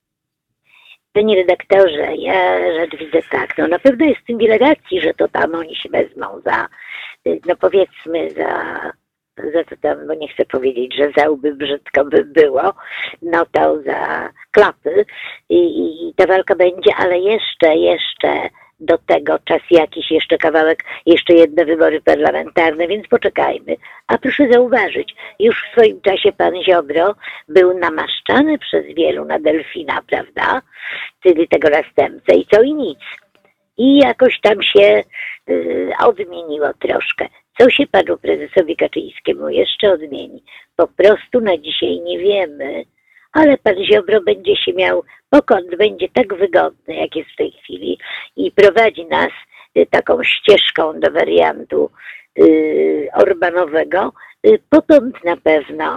Panie redaktorze, ja rzecz widzę tak, no na pewno jest w tym wiele racji, że to tam oni się wezmą za, no powiedzmy za, za to tam, bo nie chcę powiedzieć, że za łby brzydko by było, no to za klapy i, i ta walka będzie, ale jeszcze, jeszcze do tego czas jakiś, jeszcze kawałek, jeszcze jedne wybory parlamentarne, więc poczekajmy. A proszę zauważyć, już w swoim czasie pan Ziobro był namaszczany przez wielu na delfina, prawda? Czyli tego następcę i co i nic. I jakoś tam się y, odmieniło troszkę. Co się panu prezesowi Kaczyńskiemu jeszcze odmieni? Po prostu na dzisiaj nie wiemy. Ale pan Ziobro będzie się miał, pokąd będzie tak wygodny, jak jest w tej chwili i prowadzi nas y, taką ścieżką do wariantu y, orbanowego, y, potąd na pewno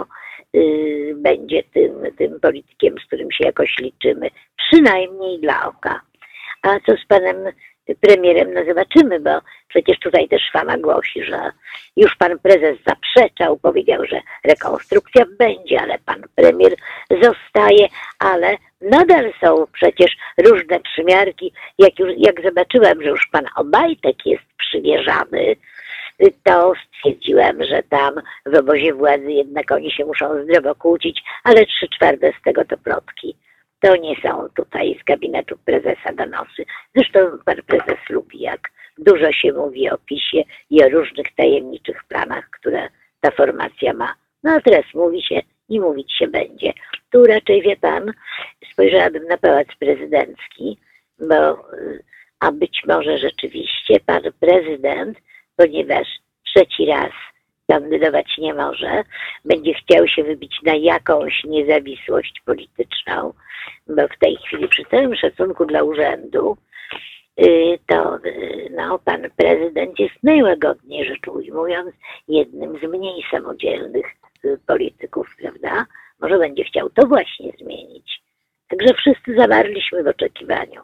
yy, będzie tym, tym politykiem, z którym się jakoś liczymy, przynajmniej dla oka. A co z panem premierem, no zobaczymy, bo przecież tutaj też fama głosi, że już pan prezes zaprzeczał, powiedział, że rekonstrukcja będzie, ale pan premier zostaje, ale nadal są przecież różne przymiarki. Jak już, jak zobaczyłam, że już pan Obajtek jest przymierzany, to stwierdziłam, że tam w obozie władzy jednak oni się muszą zdrowo kłócić, ale trzy czwarte z tego to plotki. To nie są tutaj z gabinetu prezesa donosy. Zresztą pan prezes lubi, jak dużo się mówi o PiSie i o różnych tajemniczych planach, które ta formacja ma. No a teraz mówi się i mówić się będzie. Tu raczej, wie pan, spojrzałabym na Pałac Prezydencki, bo a być może rzeczywiście pan prezydent, ponieważ trzeci raz kandydować nie może, będzie chciał się wybić na jakąś niezawisłość polityczną, bo w tej chwili przy całym szacunku dla urzędu to no, pan prezydent jest najłagodniej rzecz ujmując jednym z mniej samodzielnych polityków, prawda? Może będzie chciał to właśnie zmienić. Także wszyscy zamarliśmy w oczekiwaniu.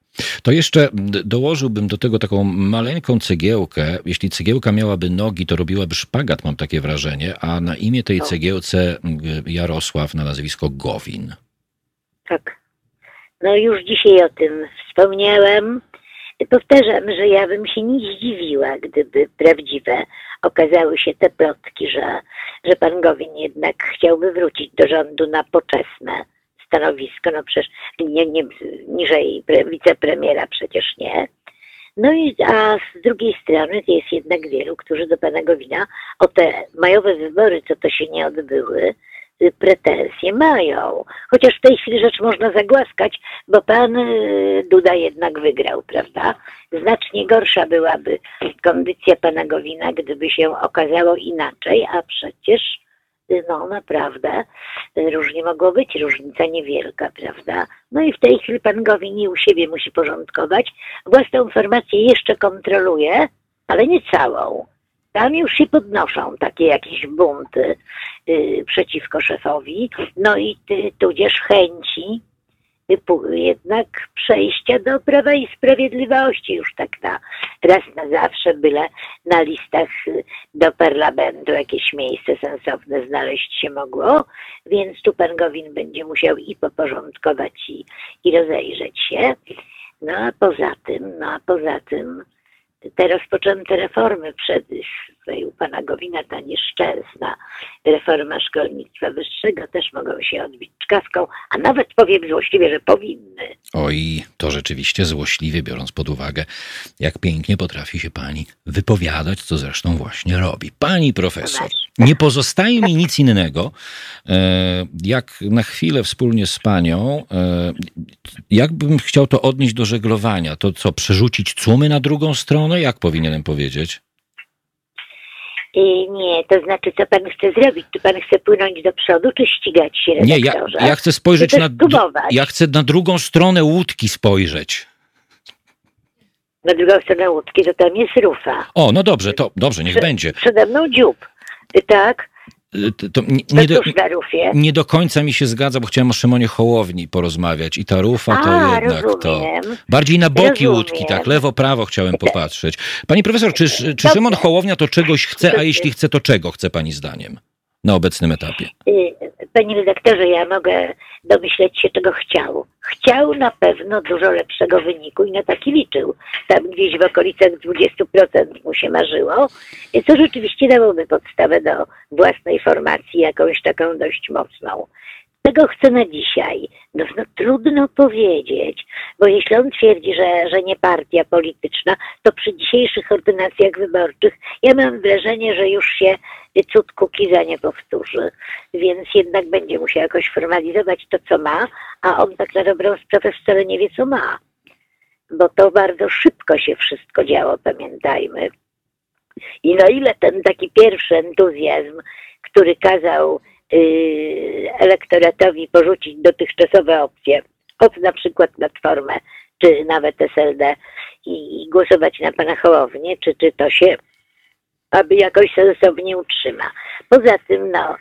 To jeszcze dołożyłbym do tego taką maleńką cegiełkę. Jeśli cegiełka miałaby nogi, to robiłaby szpagat, mam takie wrażenie, a na imię tej cegiełce Jarosław na nazwisko Gowin. Tak. No już dzisiaj o tym wspomniałem. Powtarzam, że ja bym się nie zdziwiła, gdyby prawdziwe okazały się te plotki, że, że pan Gowin jednak chciałby wrócić do rządu na poczesne stanowisko, no przecież nie, nie, niżej pre, wicepremiera przecież nie. No i a z drugiej strony to jest jednak wielu, którzy do pana Gowina o te majowe wybory, co to się nie odbyły, pretensje mają. Chociaż w tej chwili rzecz można zagłaskać, bo pan Duda jednak wygrał, prawda? Znacznie gorsza byłaby kondycja pana Gowina, gdyby się okazało inaczej, a przecież no naprawdę różnie mogło być, różnica niewielka, prawda? No i w tej chwili pan Gowin i u siebie musi porządkować. Własną formację jeszcze kontroluje, ale nie całą. Tam już się podnoszą takie jakieś bunty y, przeciwko szefowi, no i ty, tudzież chęci y, jednak przejścia do Prawa i Sprawiedliwości już tak na raz na zawsze, byle na listach y, do parlamentu jakieś miejsce sensowne znaleźć się mogło, więc tu pan Gowin będzie musiał i poporządkować i, i rozejrzeć się. No a poza tym, no a poza tym te rozpoczęte reformy przed u pana Gowina, ta nieszczęsna reforma szkolnictwa wyższego też mogą się odbić czkawką, a nawet powiem złośliwie, że powinny. Oj, to rzeczywiście złośliwie, biorąc pod uwagę, jak pięknie potrafi się pani wypowiadać, co zresztą właśnie robi. Pani profesor, nie pozostaje mi nic innego, jak na chwilę wspólnie z panią, jakbym chciał to odnieść do żeglowania, to co, przerzucić cumy na drugą stronę? Jak powinienem powiedzieć? Nie, to znaczy, co pan chce zrobić? Czy pan chce płynąć do przodu, czy ścigać się, redaktorze? Nie, ja, ja chcę spojrzeć na... Ja chcę na drugą stronę łódki spojrzeć. Na drugą stronę łódki, to tam jest rufa. O, no dobrze, to dobrze, niech Prze- będzie. Przede mną dziób, tak? To, to nie, nie, do, na rufie? nie do końca mi się zgadza, bo chciałem o Szymonie Hołowni porozmawiać i ta rufa to A, jednak rozumiem. to. Bardziej na boki Rozumiem. łódki, tak, lewo, prawo chciałem popatrzeć. Pani profesor, czy, czy Szymon Hołownia to czegoś chce, a jeśli chce, to czego chce pani zdaniem na obecnym etapie? Panie redaktorze, ja mogę domyśleć się, czego chciał. Chciał na pewno dużo lepszego wyniku i na taki liczył. Tam gdzieś w okolicach dwadzieścia procent mu się marzyło, co rzeczywiście dałoby podstawę do własnej formacji, jakąś taką dość mocną. Czego chce na dzisiaj? No, no trudno powiedzieć, bo jeśli on twierdzi, że, że nie partia polityczna, to przy dzisiejszych ordynacjach wyborczych ja mam wrażenie, że już się cud Kukiza nie powtórzy, więc jednak będzie musiał jakoś formalizować to, co ma, a on tak na dobrą sprawę wcale nie wie, co ma, bo to bardzo szybko się wszystko działo, pamiętajmy. I na ile ten taki pierwszy entuzjazm, który kazał elektoratowi porzucić dotychczasowe opcje, od na przykład Platformę, czy nawet S L D i głosować na pana Hołownię, czy, czy to się aby jakoś sensownie utrzyma. Poza tym, no,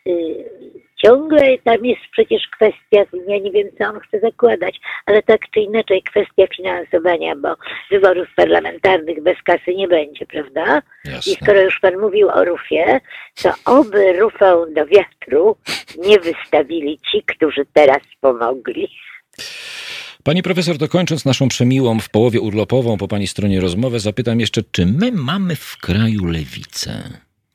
Ciągle tam jest przecież kwestia, ja nie wiem, co on chce zakładać, ale tak czy inaczej kwestia finansowania, bo wyborów parlamentarnych bez kasy nie będzie, prawda? Jasne. I skoro już pan mówił o rufie, to oby rufą do wiatru nie wystawili ci, którzy teraz pomogli. Pani profesor, to kończąc naszą przemiłą w połowie urlopową po pani stronie rozmowę, zapytam jeszcze, czy my mamy w kraju lewicę?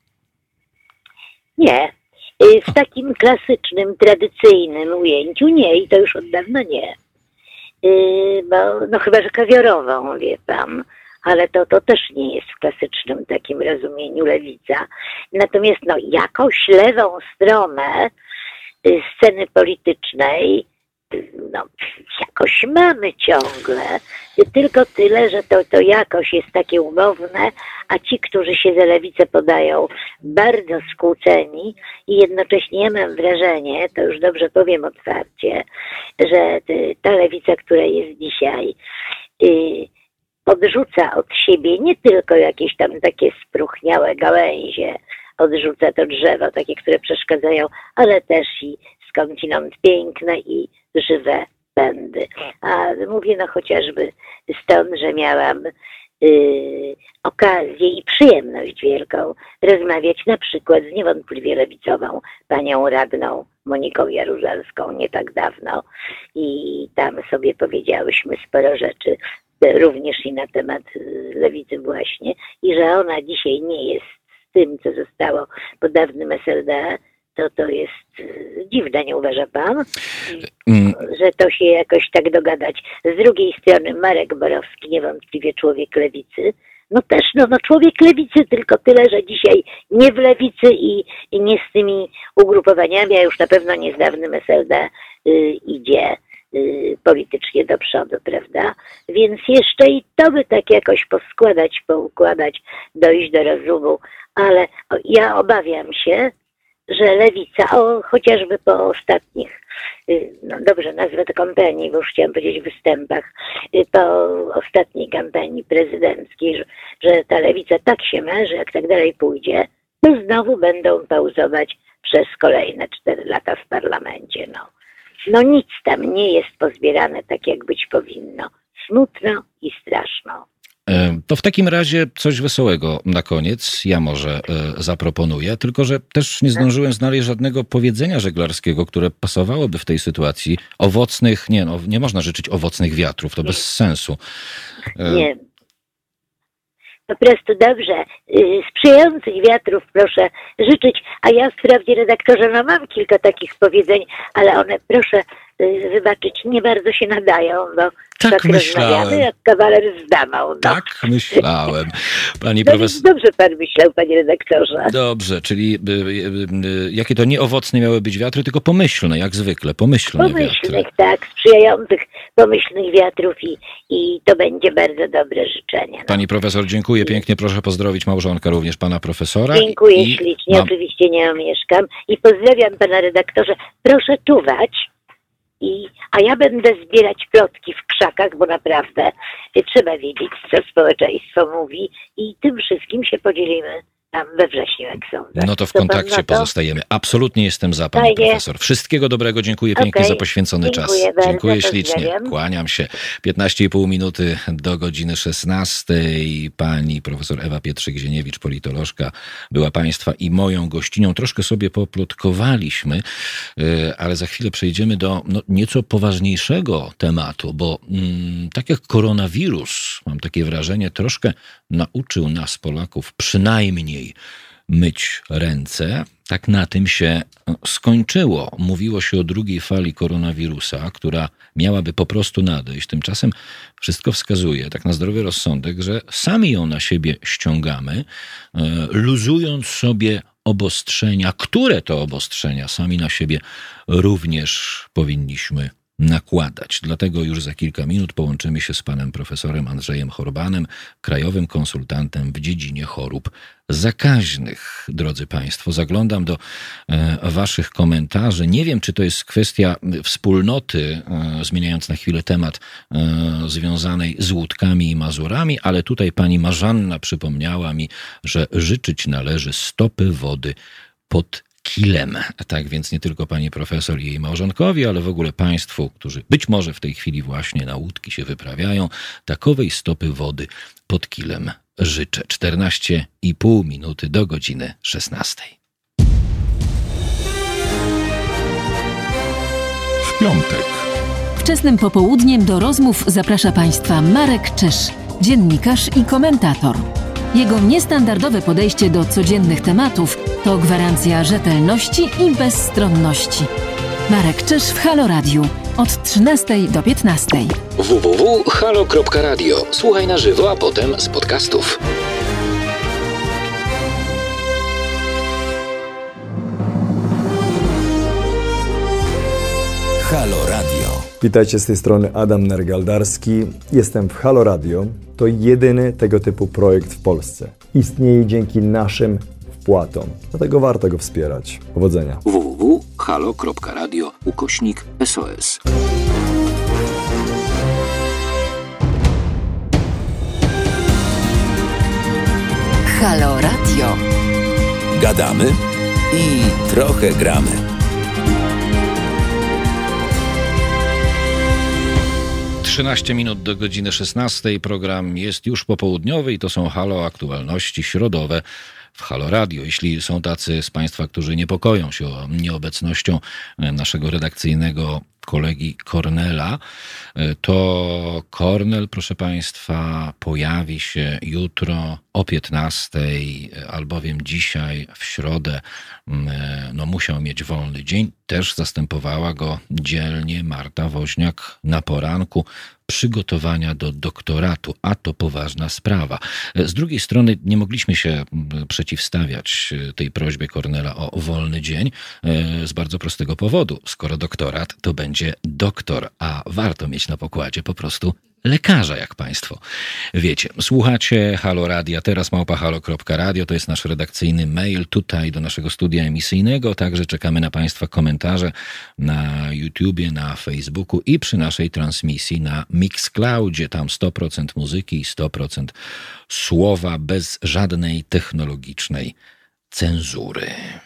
Nie. W takim klasycznym, tradycyjnym ujęciu nie i to już od dawna nie. Bo, no chyba, że kawiorową, wie pan, ale to, to też nie jest w klasycznym takim rozumieniu lewica. Natomiast no, jakąś lewą stronę sceny politycznej no, jakoś mamy ciągle, tylko tyle, że to, to jakoś jest takie umowne, a ci, którzy się za lewicę podają, bardzo skłóceni i jednocześnie ja mam wrażenie, to już dobrze powiem otwarcie, że ta lewica, która jest dzisiaj, odrzuca od siebie nie tylko jakieś tam takie spróchniałe gałęzie, odrzuca to drzewo, takie, które przeszkadzają, ale też i skądinąd piękne i żywe pędy. A mówię no chociażby stąd, że miałam yy, okazję i przyjemność wielką rozmawiać na przykład z niewątpliwie lewicową panią radną Moniką Jarużelską nie tak dawno i tam sobie powiedziałyśmy sporo rzeczy, również i na temat lewicy właśnie i że ona dzisiaj nie jest z tym, co zostało po dawnym S L D, to to jest dziwne, nie uważa pan? Mm. Że to się jakoś tak dogadać. Z drugiej strony Marek Borowski, niewątpliwie człowiek lewicy, no też, no, no człowiek lewicy, tylko tyle, że dzisiaj nie w lewicy i, i nie z tymi ugrupowaniami, a już na pewno nie z dawnym S L D y, idzie y, politycznie do przodu, prawda? Więc jeszcze i to by tak jakoś poskładać, poukładać, dojść do rozumu, ale o, ja obawiam się, że lewica, o, chociażby po ostatnich, no dobrze, nazwę to kampanii, bo już chciałam powiedzieć występach, po ostatniej kampanii prezydenckiej, że, że ta lewica tak się ma, że jak tak dalej pójdzie, to znowu będą pauzować przez kolejne cztery lata w parlamencie. No, no nic tam nie jest pozbierane tak, jak być powinno. Smutno i straszno. To w takim razie coś wesołego na koniec. Ja może zaproponuję, tylko że też nie zdążyłem znaleźć żadnego powiedzenia żeglarskiego, które pasowałoby w tej sytuacji. Owocnych, nie no, nie można życzyć owocnych wiatrów, to bez sensu. Nie. Po prostu dobrze. Sprzyjających wiatrów proszę życzyć, a ja wprawdzie, redaktorze, no mam kilka takich powiedzeń, ale one, proszę wybaczyć, nie bardzo się nadają, bo tak, tak rozmawiamy jak kawaler z damą. No. Tak myślałem. Pani no profesor... Dobrze pan myślał, panie redaktorze. Dobrze, czyli y, y, y, jakie to nie owocne miały być wiatry, tylko pomyślne, jak zwykle, pomyślne Pomyślnych, wiatry. tak, sprzyjających pomyślnych wiatrów i, i to będzie bardzo dobre życzenie. No. Pani profesor, dziękuję pięknie, proszę pozdrowić małżonkę również pana profesora. Dziękuję I ślicznie, mam... oczywiście nie omieszkam i pozdrawiam pana redaktorze. Proszę czuwać. I, a ja będę zbierać plotki w krzakach, bo naprawdę trzeba wiedzieć, co społeczeństwo mówi i tym wszystkim się podzielimy tam we wrześniu, jak sądzę. No to w kontakcie pozostajemy. Absolutnie jestem za, pani Fajnie. Profesor. Wszystkiego dobrego, dziękuję pięknie okay. za poświęcony dziękuję czas. Bardzo, dziękuję ślicznie. pozdrawiam. Kłaniam się. piętnaście i pół minuty do godziny szesnastej. Pani profesor Ewa Pietrzyk-Zieniewicz, politolożka, była państwa i moją gościnią. Troszkę sobie poplotkowaliśmy, ale za chwilę przejdziemy do no, nieco poważniejszego tematu, bo mm, tak jak koronawirus, mam takie wrażenie, troszkę nauczył nas, Polaków, przynajmniej myć ręce. Tak na tym się skończyło. Mówiło się o drugiej fali koronawirusa, która miałaby po prostu nadejść. Tymczasem wszystko wskazuje, tak na zdrowy rozsądek, że sami ją na siebie ściągamy, luzując sobie obostrzenia, które to obostrzenia sami na siebie również powinniśmy nakładać. Dlatego już za kilka minut połączymy się z panem profesorem Andrzejem Horbanem, krajowym konsultantem w dziedzinie chorób zakaźnych. Drodzy państwo, zaglądam do e, waszych komentarzy. Nie wiem, czy to jest kwestia wspólnoty, e, zmieniając na chwilę temat, e, związanej z Łódkami i Mazurami, ale tutaj pani Marzanna przypomniała mi, że życzyć należy stopy wody pod kilem. Tak więc nie tylko pani profesor i jej małżonkowi, ale w ogóle państwu, którzy być może w tej chwili właśnie na łódki się wyprawiają, takowej stopy wody pod kilem życzę. czternaście i pół minuty do godziny szesnastej. W piątek. Wczesnym popołudniem do rozmów zaprasza Państwa Marek Czyż, dziennikarz i komentator. Jego niestandardowe podejście do codziennych tematów to gwarancja rzetelności i bezstronności. Marek Czyż w Halo Radio od trzynastej do piętnastej. w w w kropka halo kropka radio. Słuchaj na żywo, a potem z podcastów. Halo Radio. Witajcie, z tej strony Adam Nergaldarski. Jestem w Halo Radio. To jedyny tego typu projekt w Polsce. Istnieje dzięki naszym wpłatom. Dlatego warto go wspierać. Powodzenia. w w w kropka halo kropka radio ukośnik S O S. Halo Radio. Gadamy i trochę gramy. trzynaście minut do godziny szesnastej. Program jest już popołudniowy i to są Halo Aktualności środowe w Halo Radio. Jeśli są tacy z Państwa, którzy niepokoją się o nieobecnością naszego redakcyjnego kolegi Kornela, to Kornel, proszę Państwa, pojawi się jutro o piętnastej, albowiem dzisiaj w środę no, musiał mieć wolny dzień. Też zastępowała go dzielnie Marta Woźniak na poranku przygotowania do doktoratu, a to poważna sprawa. Z drugiej strony nie mogliśmy się przeciwstawiać tej prośbie Kornela o wolny dzień z bardzo prostego powodu. Skoro doktorat, to będzie doktor, a warto mieć na pokładzie po prostu lekarza, jak Państwo wiecie. Słuchacie Halo Radia, teraz małpa halo kropka radio, to jest nasz redakcyjny mail tutaj do naszego studia emisyjnego, także czekamy na Państwa komentarze na YouTubie, na Facebooku i przy naszej transmisji na Mixcloudzie, tam sto procent muzyki i sto procent słowa bez żadnej technologicznej cenzury.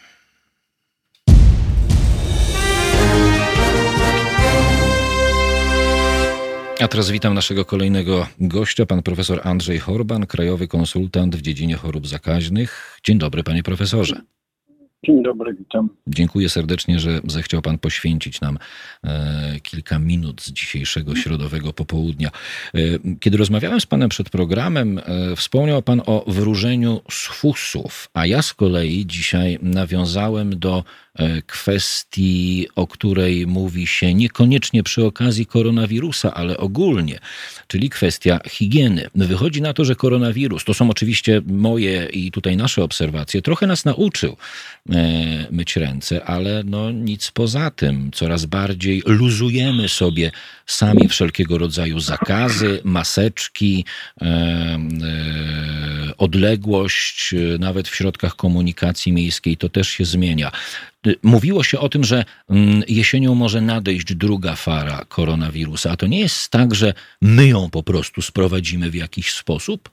A teraz witam naszego kolejnego gościa, pan profesor Andrzej Horban, krajowy konsultant w dziedzinie chorób zakaźnych. Dzień dobry, panie profesorze. Dzień dobry, witam. Dziękuję serdecznie, że zechciał pan poświęcić nam e, kilka minut z dzisiejszego środowego popołudnia. E, kiedy rozmawiałem z panem przed programem, e, wspomniał pan o wróżeniu z fusów, a ja z kolei dzisiaj nawiązałem do e, kwestii, o której mówi się niekoniecznie przy okazji koronawirusa, ale ogólnie, czyli kwestia higieny. Wychodzi na to, że koronawirus, to są oczywiście moje i tutaj nasze obserwacje, trochę nas nauczył myć ręce, ale no nic poza tym. Coraz bardziej luzujemy sobie sami wszelkiego rodzaju zakazy, maseczki, e, e, odległość, nawet w środkach komunikacji miejskiej to też się zmienia. Mówiło się o tym, że jesienią może nadejść druga fala koronawirusa, a to nie jest tak, że my ją po prostu sprowadzimy w jakiś sposób?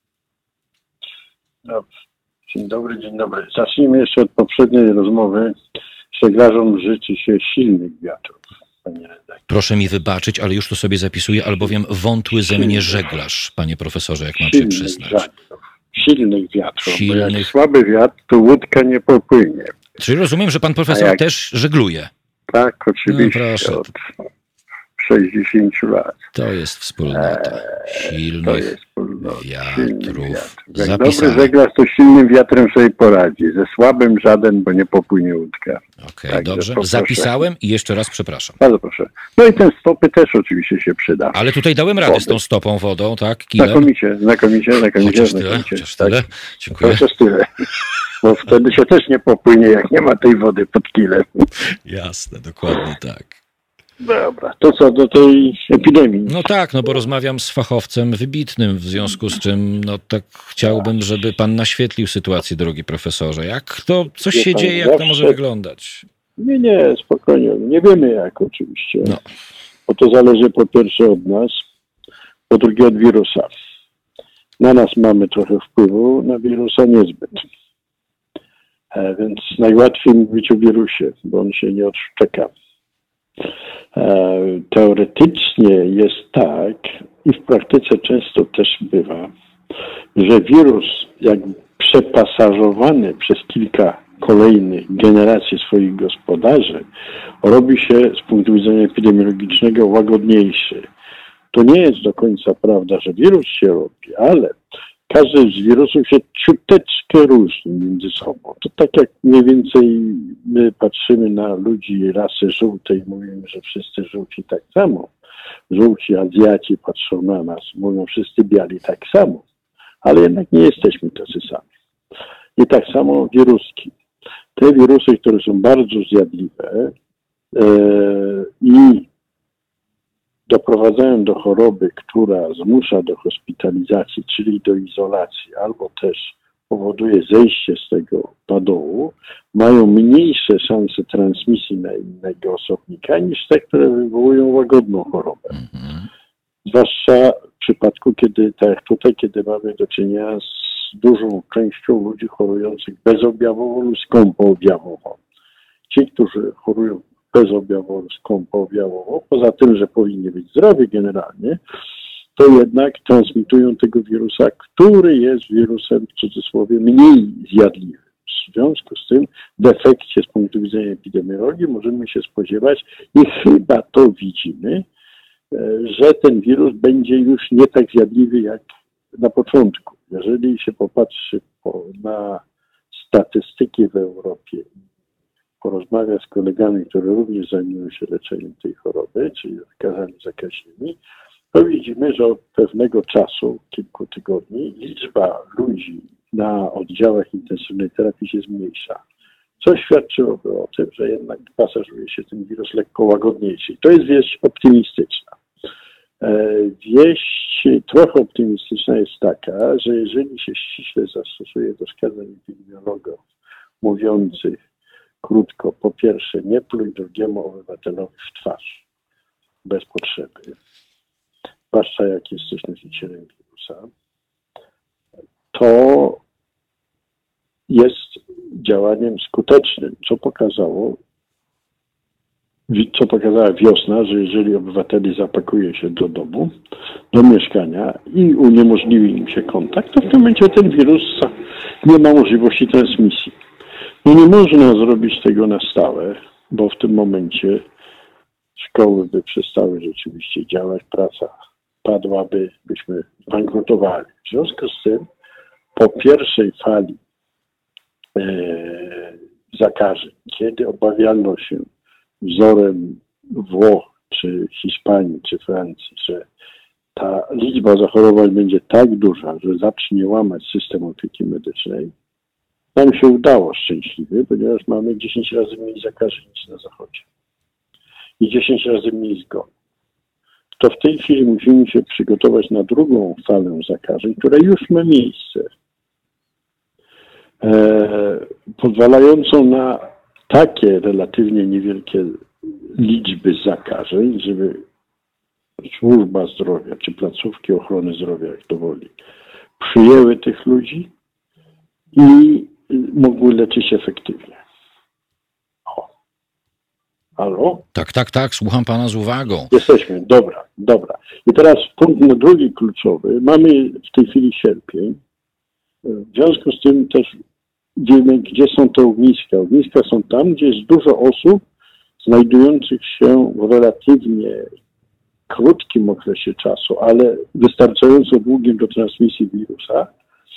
Dobrze. Dzień dobry, dzień dobry. Zacznijmy jeszcze od poprzedniej rozmowy. Żeglarzom życzy się silnych wiatrów, panie redaktor. Proszę mi wybaczyć, ale już to sobie zapisuję, albowiem wątły ze mnie żeglarz, panie profesorze, jak mam się przyznać. Wiatrów. Silnych wiatrów, Silnych. bo jak słaby wiatr, to łódka nie popłynie. Czyli rozumiem, że pan profesor jak... też żegluje. Tak, oczywiście. No proszę. Od sześćdziesięciu lat. To jest wspólnota silnych to jest wspólnota. wiatrów. Wiatr. Jak dobry żeglarz to silnym wiatrem sobie poradzi. Ze słabym żaden, bo nie popłynie łódka. Okej, okay, dobrze. Poproszę. Zapisałem i jeszcze raz przepraszam. Bardzo proszę. No i ten stopy też oczywiście się przyda. Ale tutaj dałem radę z tą stopą wodą, tak? Kilem. Znakomicie, znakomicie, znakomicie. Chociaż tyle, znakomicie. chociaż tyle. Tak. Dziękuję. Chociaż tyle. Bo wtedy się też nie popłynie, jak nie ma tej wody pod kilem. Jasne, dokładnie tak. Dobra, to co do tej epidemii? No tak, no bo rozmawiam z fachowcem wybitnym, w związku z czym no tak chciałbym, żeby pan naświetlił sytuację, drogi profesorze. Jak to, coś się dzieje, jak to może wyglądać? Nie, nie, spokojnie. Nie wiemy jak oczywiście. No. Bo to zależy po pierwsze od nas, po drugie od wirusa. Na nas mamy trochę wpływu, na wirusa niezbyt. E, więc najłatwiej mówić o wirusie, bo on się nie odszczeka. E, teoretycznie jest tak i w praktyce często też bywa, że wirus, jak przepasażowany przez kilka kolejnych generacji swoich gospodarzy, robi się z punktu widzenia epidemiologicznego łagodniejszy. To nie jest do końca prawda, że wirus się robi, ale każdy z wirusów się ciuteczkę różni między sobą. To tak jak mniej więcej my patrzymy na ludzi rasy żółtej i mówimy, że wszyscy żółci tak samo. Żółci Azjaci patrzą na nas, mówią wszyscy biali tak samo. Ale jednak nie jesteśmy tacy sami. I tak samo wiruski. Te wirusy, które są bardzo zjadliwe yy, i doprowadzają do choroby, która zmusza do hospitalizacji, czyli do izolacji, albo też powoduje zejście z tego padołu, mają mniejsze szanse transmisji na innego osobnika niż te, które wywołują łagodną chorobę. Mhm. Zwłaszcza w przypadku, kiedy, tak jak tutaj, kiedy mamy do czynienia z dużą częścią ludzi chorujących bezobjawowo lub skąpoobjawowo. Ci, którzy chorują bezobjawowo lub skąpoobjawowo, poza tym, że powinni być zdrowi generalnie, to jednak transmitują tego wirusa, który jest wirusem w cudzysłowie mniej zjadliwym. W związku z tym w efekcie z punktu widzenia epidemiologii możemy się spodziewać i chyba to widzimy, że ten wirus będzie już nie tak zjadliwy jak na początku. Jeżeli się popatrzy po, na statystyki w Europie, porozmawia z kolegami, którzy również zajmują się leczeniem tej choroby, czyli zakazami zakaźnymi, to widzimy, że od pewnego czasu, kilku tygodni, liczba ludzi na oddziałach intensywnej terapii się zmniejsza. Co świadczyłoby o tym, że jednak pasażuje się ten wirus lekko łagodniejszy. I to jest wieść optymistyczna. Wieść trochę optymistyczna jest taka, że jeżeli się ściśle zastosuje do wskazań epidemiologów mówiących krótko, po pierwsze, nie pluj drugiemu obywatelowi w twarz bez potrzeby, zwłaszcza jak jesteś nosicielem wirusa, to jest działaniem skutecznym, co pokazało, co pokazała wiosna, że jeżeli obywateli zapakuje się do domu, do mieszkania i uniemożliwi im się kontakt, to w tym momencie ten wirus nie ma możliwości transmisji. No nie można zrobić tego na stałe, bo w tym momencie szkoły by przestały rzeczywiście działać, praca padłaby, byśmy bankrutowali. W związku z tym po pierwszej fali e, zakażeń, kiedy obawiano się wzorem Włoch, czy Hiszpanii, czy Francji, że ta liczba zachorowań będzie tak duża, że zacznie łamać system opieki medycznej, nam się udało szczęśliwie, ponieważ mamy dziesięć razy mniej zakażeń niż na Zachodzie i dziesięć razy mniej zgonów. To w tej chwili musimy się przygotować na drugą falę zakażeń, która już ma miejsce, e, pozwalającą na takie relatywnie niewielkie liczby zakażeń, żeby służba zdrowia czy placówki ochrony zdrowia, jak to woli, przyjęły tych ludzi i mogły leczyć efektywnie. O. Halo? Tak, tak, tak, słucham pana z uwagą. Jesteśmy, dobra, dobra. I teraz punkt na drugi kluczowy. Mamy w tej chwili sierpień. W związku z tym też wiemy, gdzie są te ogniska. Ogniska są tam, gdzie jest dużo osób znajdujących się w relatywnie krótkim okresie czasu, ale wystarczająco długim do transmisji wirusa.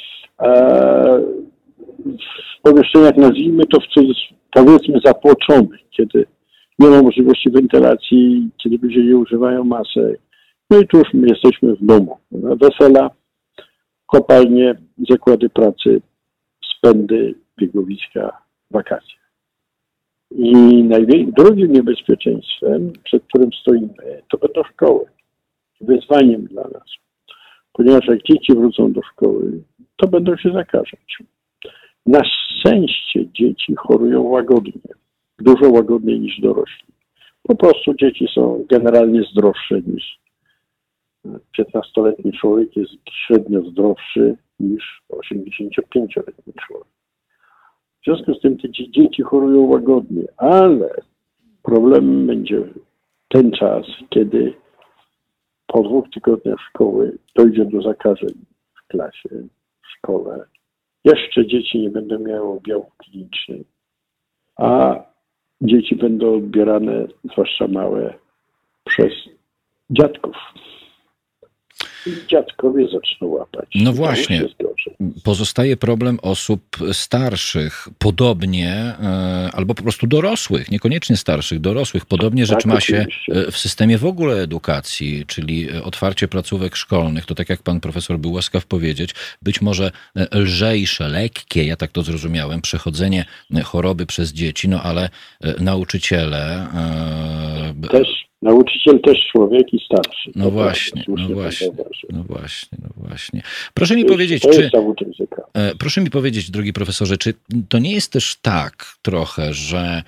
W pomieszczeniach, nazwijmy to w cudzysłowie, powiedzmy zatłoczonych, kiedy nie ma możliwości wentylacji, kiedy ludzie nie używają masek. No i tu już my jesteśmy w domu. Wesela, kopalnie, zakłady pracy, spędy, biegowiska, wakacje. I największym, drugim niebezpieczeństwem, przed którym stoimy, to będą szkoły. Wyzwaniem dla nas. Ponieważ jak dzieci wrócą do szkoły, to będą się zakażać. Na szczęście dzieci chorują łagodnie. Dużo łagodniej niż dorośli. Po prostu dzieci są generalnie zdrowsze niż piętnastoletni człowiek jest średnio zdrowszy niż osiemdziesięciopięcioletni człowiek. W związku z tym te dzieci chorują łagodnie, ale problemem będzie ten czas, kiedy po dwóch tygodniach szkoły dojdzie do zakażeń w klasie, w szkole. Jeszcze dzieci nie będą miały objawów klinicznych, a dzieci będą odbierane, zwłaszcza małe, przez dziadków. I dziadkowie zaczną łapać. No właśnie, pozostaje problem osób starszych, podobnie, albo po prostu dorosłych, niekoniecznie starszych, dorosłych. Podobnie rzecz ma się w systemie w ogóle edukacji, czyli otwarcie placówek szkolnych. To tak jak pan profesor był łaskaw powiedzieć, być może lżejsze, lekkie, ja tak to zrozumiałem, przechodzenie choroby przez dzieci, no ale nauczyciele... Też. Nauczyciel też człowiek i starszy. No właśnie, no właśnie, no właśnie, no właśnie. Proszę mi powiedzieć, to czy... jest zawód ryzyka. Proszę mi powiedzieć, drogi profesorze, czy to nie jest też tak trochę, że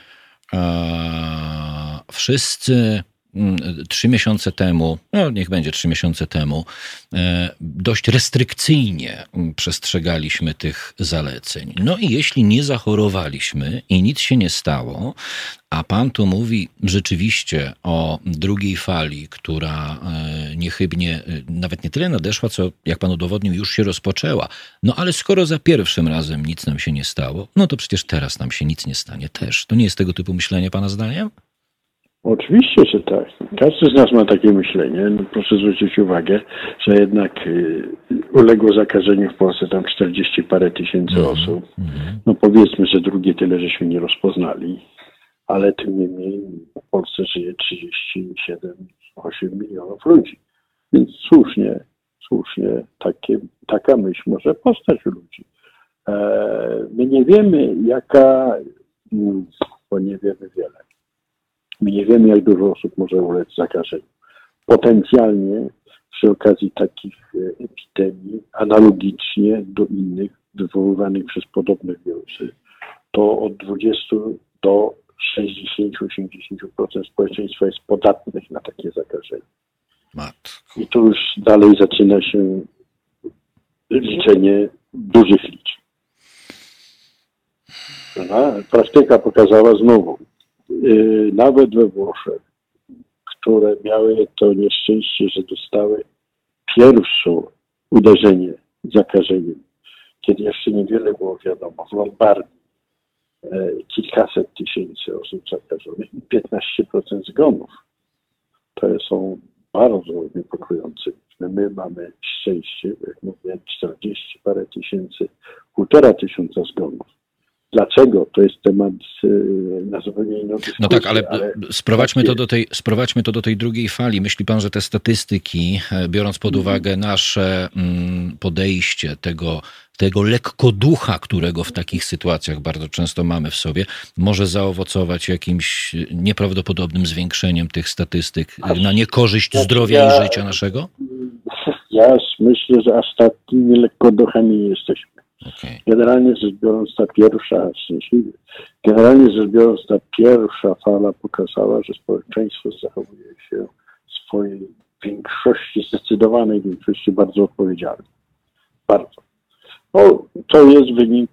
e, wszyscy trzy miesiące temu, no niech będzie trzy miesiące temu, dość restrykcyjnie przestrzegaliśmy tych zaleceń. No i jeśli nie zachorowaliśmy i nic się nie stało, a pan tu mówi rzeczywiście o drugiej fali, która niechybnie nawet nie tyle nadeszła, co jak pan udowodnił, już się rozpoczęła. No ale skoro za pierwszym razem nic nam się nie stało, no to przecież teraz nam się nic nie stanie też. To nie jest tego typu myślenie pana zdaniem? Oczywiście, że tak. Każdy z nas ma takie myślenie. No, proszę zwrócić uwagę, że jednak y, uległo zakażeniu w Polsce tam czterdzieści parę tysięcy mm. osób. Mm. No powiedzmy, że drugie tyle żeśmy nie rozpoznali, ale tym niemniej w Polsce żyje trzydzieści siedem osiem milionów ludzi. Więc słusznie, słusznie takie, taka myśl może powstać u ludzi. E, my nie wiemy, jaka, bo nie wiemy wiele. My nie wiemy, jak dużo osób może ulec zakażeniu. Potencjalnie przy okazji takich epidemii, analogicznie do innych wywoływanych przez podobne wirusy, to od dwudziestu do sześćdziesięciu do osiemdziesięciu procent społeczeństwa jest podatnych na takie zakażenie. Matko. I tu już dalej zaczyna się liczenie dużych liczb. No, praktyka pokazała znowu, Yy, nawet we Włoszech, które miały to nieszczęście, że dostały pierwsze uderzenie zakażeniem, kiedy jeszcze niewiele było wiadomo, w Lombardii yy, kilkaset tysięcy osób zakażonych i piętnaście procent zgonów. To są bardzo niepokojące. My mamy szczęście, jak mówię, czterdzieści parę tysięcy, półtora tysiąca zgonów. Dlaczego? To jest temat na zupełnie inną dyskusję. No tak, ale, ale sprowadźmy, takie... to do tej, sprowadźmy to do tej drugiej fali. Myśli pan, że te statystyki, biorąc pod uwagę nasze podejście tego, tego lekkoducha, którego w takich sytuacjach bardzo często mamy w sobie, może zaowocować jakimś nieprawdopodobnym zwiększeniem tych statystyk aż, na niekorzyść zdrowia ja, i życia naszego? Ja myślę, że aż takimi lekkoduchami nie jesteśmy. Okay. Generalnie rzecz biorąc, ta pierwsza, szczęśliwie, generalnie rzecz biorąc, ta pierwsza fala pokazała, że społeczeństwo zachowuje się w swojej większości, zdecydowanej większości bardzo odpowiedzialnie. Bardzo. No, to jest wynik,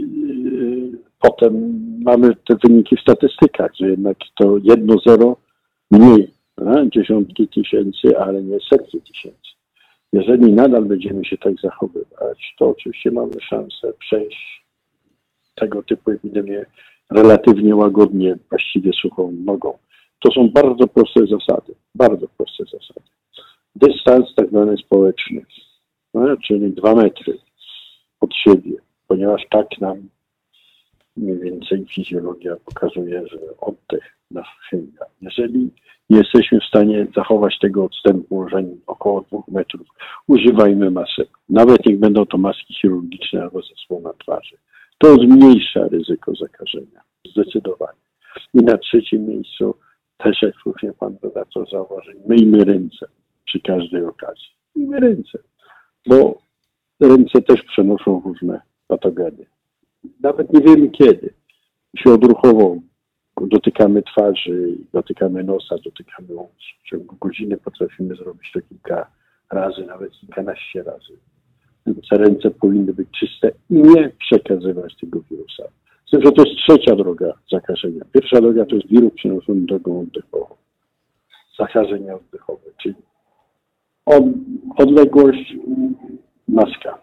yy, potem mamy te wyniki w statystykach, że jednak to jedno zero mniej, no, dziesiątki tysięcy, ale nie setki tysięcy. Jeżeli nadal będziemy się tak zachowywać, to oczywiście mamy szansę przejść tego typu epidemię relatywnie łagodnie, właściwie suchą nogą. To są bardzo proste zasady, bardzo proste zasady. Dystans tak zwany społeczny, no, czyli dwa metry od siebie, ponieważ tak nam mniej więcej fizjologia pokazuje, że oddech nas sięga. Jeżeli nie jesteśmy w stanie zachować tego odstępu, że około dwóch metrów, używajmy masek. Nawet niech będą to maski chirurgiczne albo zasłona twarzy. To zmniejsza ryzyko zakażenia. Zdecydowanie. I na trzecim miejscu, też jak słusznie pan redaktor zauważył, myjmy ręce przy każdej okazji. Myjmy ręce, bo ręce też przenoszą różne patogeny. Nawet nie wiemy kiedy. Się odruchową dotykamy twarzy, dotykamy nosa, dotykamy ust. W ciągu godziny potrafimy zrobić to kilka razy, nawet kilkanaście razy. Te ręce powinny być czyste i nie przekazywać tego wirusa Z tym, że to jest trzecia droga zakażenia. Pierwsza droga to jest wirus przenoszony drogą oddechową. Zakażenie oddechowe, czyli od, odległość, maska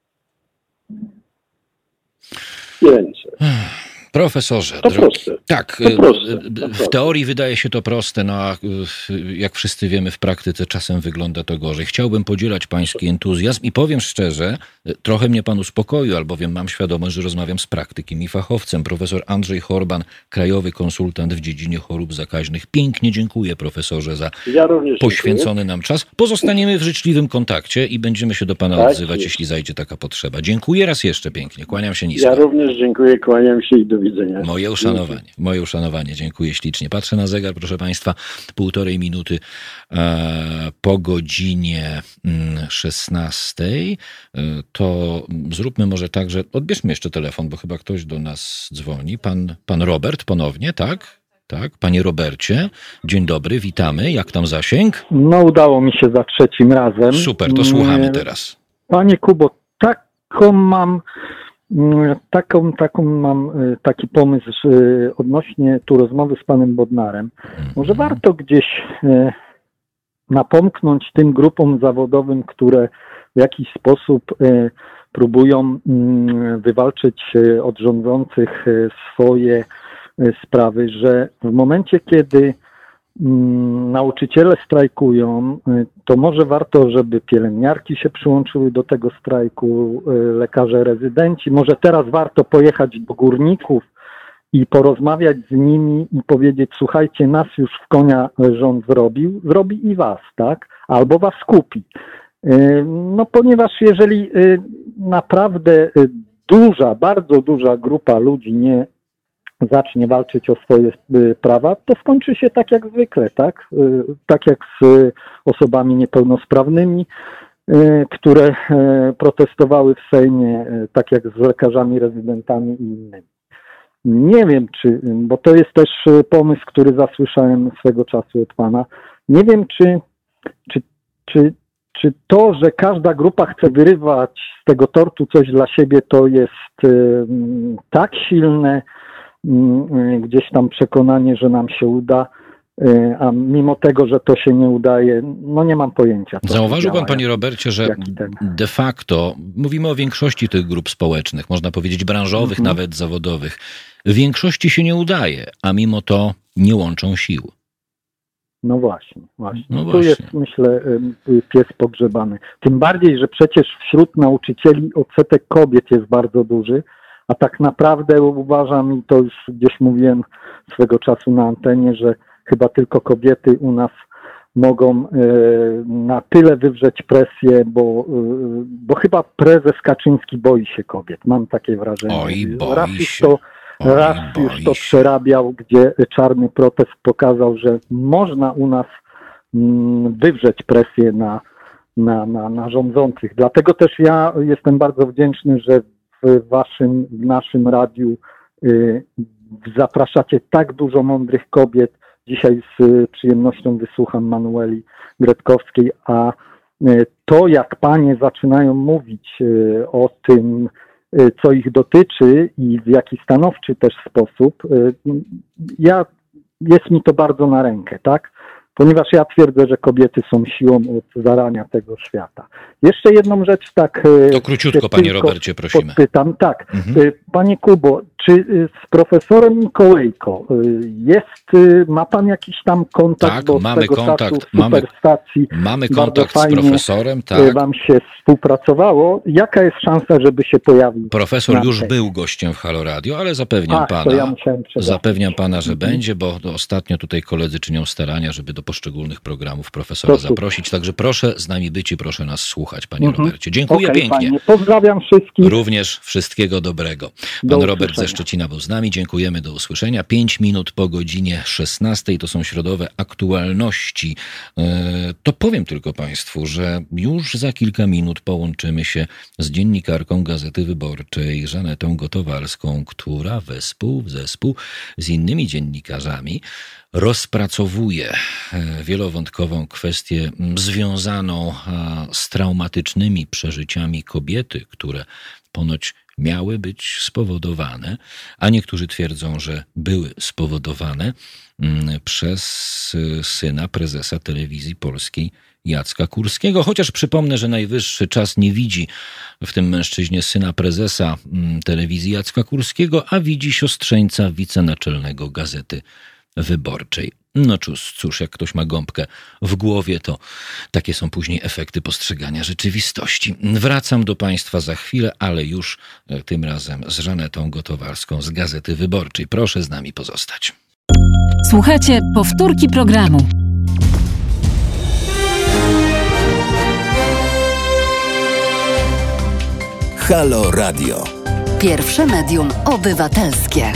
i ręce. Profesorze, To drogi, proste. tak, To proste. w teorii wydaje się to proste, no a jak wszyscy wiemy, w praktyce czasem wygląda to gorzej. Chciałbym podzielać pański entuzjazm i powiem szczerze, trochę mnie pan uspokoił, albowiem mam świadomość, że rozmawiam z praktykiem i fachowcem. Profesor Andrzej Horban, krajowy konsultant w dziedzinie chorób zakaźnych. Pięknie dziękuję, profesorze, za Ja również poświęcony dziękuję. nam czas. Pozostaniemy w życzliwym kontakcie i będziemy się do pana Tak odzywać, jest. jeśli zajdzie taka potrzeba. Dziękuję raz jeszcze pięknie, kłaniam się nisko. Ja również dziękuję, kłaniam się i do widzenia. Moje uszanowanie, moje uszanowanie, dziękuję ślicznie. Patrzę na zegar, proszę państwa, półtorej minuty e, po godzinie szesnastej. E, to zróbmy może tak, że odbierzmy jeszcze telefon, bo chyba ktoś do nas dzwoni. Pan, pan Robert ponownie, tak? Tak, panie Robercie, dzień dobry, witamy. Jak tam zasięg? No udało mi się za trzecim razem. Super, to słuchamy teraz. Panie Kubo, taką mam, taką, taką mam taki pomysł odnośnie tu rozmowy z panem Bodnarem. Może warto gdzieś napomknąć tym grupom zawodowym, które w jakiś sposób próbują wywalczyć od rządzących swoje sprawy, że w momencie, kiedy nauczyciele strajkują, to może warto, żeby pielęgniarki się przyłączyły do tego strajku, lekarze rezydenci. Może teraz warto pojechać do górników i porozmawiać z nimi i powiedzieć, słuchajcie, nas już w konia rząd zrobił, zrobi i was, tak? Albo was kupi. No ponieważ jeżeli naprawdę duża, bardzo duża grupa ludzi nie zacznie walczyć o swoje prawa, to skończy się tak jak zwykle, tak? Tak jak z osobami niepełnosprawnymi, które protestowały w Sejmie, tak jak z lekarzami, rezydentami i innymi. Nie wiem, czy, bo to jest też pomysł, który zasłyszałem swego czasu od pana. Nie wiem, czy, czy, czy, czy to, że każda grupa chce wyrywać z tego tortu coś dla siebie, to jest tak silne, gdzieś tam przekonanie, że nam się uda, a mimo tego, że to się nie udaje, no nie mam pojęcia. Zauważył pan, panie Robercie, że de facto, mówimy o większości tych grup społecznych, można powiedzieć branżowych, mhm. nawet zawodowych, w większości się nie udaje, a mimo to nie łączą sił. No właśnie, właśnie. No tu właśnie. jest, myślę, pies pogrzebany. Tym bardziej, że przecież wśród nauczycieli odsetek kobiet jest bardzo duży, a tak naprawdę uważam, i to już gdzieś mówiłem swego czasu na antenie, że chyba tylko kobiety u nas mogą na tyle wywrzeć presję, bo, bo chyba prezes Kaczyński boi się kobiet. Mam takie wrażenie. Oj, boi raz się. już to, Oj, raz boi już to się. przerabiał, gdzie czarny protest pokazał, że można u nas wywrzeć presję na, na, na, na rządzących. Dlatego też ja jestem bardzo wdzięczny, że w waszym, w naszym radiu y, zapraszacie tak dużo mądrych kobiet. Dzisiaj z y, przyjemnością wysłucham Manueli Gretkowskiej, a y, to jak panie zaczynają mówić y, o tym, y, co ich dotyczy i w jaki stanowczy też sposób, y, ja, jest mi to bardzo na rękę, tak? Ponieważ ja twierdzę, że kobiety są siłą od zarania tego świata. Jeszcze jedną rzecz tak... To króciutko, panie Robercie, prosimy. Podpytam. Tak. Mhm. Panie Kubo, czy z profesorem Mikołajko jest, ma pan jakiś tam kontakt? Tak, bo mamy z tego kontakt, czasu w mamy, Superstacji mamy bardzo kontakt z fajnie profesorem, tak. wam się współpracowało. Jaka jest szansa, żeby się pojawił? Profesor już był gościem w Halo Radio, ale zapewniam Ach, pana, to ja musiałem przepraszam. zapewniam pana, że będzie, bo ostatnio tutaj koledzy czynią starania, żeby do poszczególnych programów profesora To super. zaprosić. Także proszę z nami być i proszę nas słuchać, panie Mhm. Robercie. Dziękuję Okej, pięknie. fajnie. Pozdrawiam wszystkich. Również wszystkiego dobrego. Pan Do Robert usłyszenia. ze Szczecina był z nami. Dziękujemy, do usłyszenia. Pięć minut po godzinie szesnastej to są środowe aktualności. To powiem tylko państwu, że już za kilka minut połączymy się z dziennikarką Gazety Wyborczej Żanetą Gotowarską, która wespół w zespół z innymi dziennikarzami rozpracowuje wielowątkową kwestię związaną z traumatycznymi przeżyciami kobiety, które ponoć miały być spowodowane, a niektórzy twierdzą, że były spowodowane przez syna prezesa Telewizji Polskiej Jacka Kurskiego. Chociaż przypomnę, że najwyższy czas nie widzi w tym mężczyźnie syna prezesa Telewizji Jacka Kurskiego, a widzi siostrzeńca wicenaczelnego Gazety Wyborczej. No cóż, cóż, jak ktoś ma gąbkę w głowie, to takie są później efekty postrzegania rzeczywistości. Wracam do Państwa za chwilę, ale już tym razem z Żanetą Gotowarską z Gazety Wyborczej. Proszę z nami pozostać. Słuchajcie powtórki programu. Halo Radio. Pierwsze medium obywatelskie.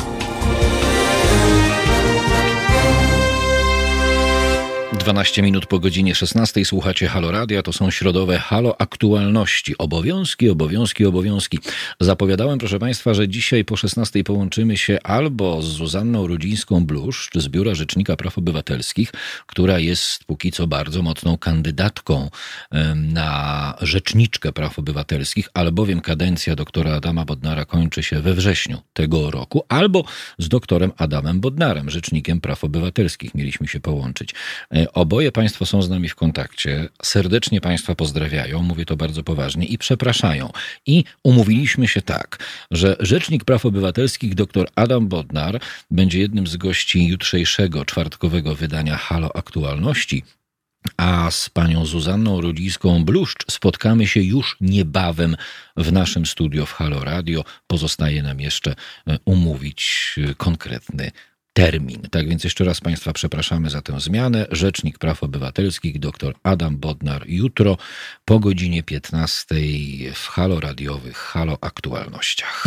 dwanaście minut po godzinie szesnastej słuchacie Halo Radia, to są środowe Halo Aktualności. Obowiązki, obowiązki, obowiązki. Zapowiadałem, proszę Państwa, że dzisiaj po szesnastej połączymy się albo z Zuzanną Rudzińską-Bluszcz z Biura Rzecznika Praw Obywatelskich, która jest póki co bardzo mocną kandydatką na rzeczniczkę praw obywatelskich, albowiem kadencja doktora Adama Bodnara kończy się we wrześniu tego roku, albo z doktorem Adamem Bodnarem, Rzecznikiem Praw Obywatelskich mieliśmy się połączyć. Oboje Państwo są z nami w kontakcie. Serdecznie Państwa pozdrawiają, mówię to bardzo poważnie i przepraszają. I umówiliśmy się tak, że Rzecznik Praw Obywatelskich dr Adam Bodnar będzie jednym z gości jutrzejszego czwartkowego wydania Halo Aktualności, a z panią Zuzanną Rudzińską-Bluszcz spotkamy się już niebawem w naszym studio w Halo Radio. Pozostaje nam jeszcze umówić konkretny termin. Tak więc jeszcze raz Państwa przepraszamy za tę zmianę. Rzecznik Praw Obywatelskich dr Adam Bodnar jutro po godzinie piętnastej w Halo Radiowych Halo Aktualnościach.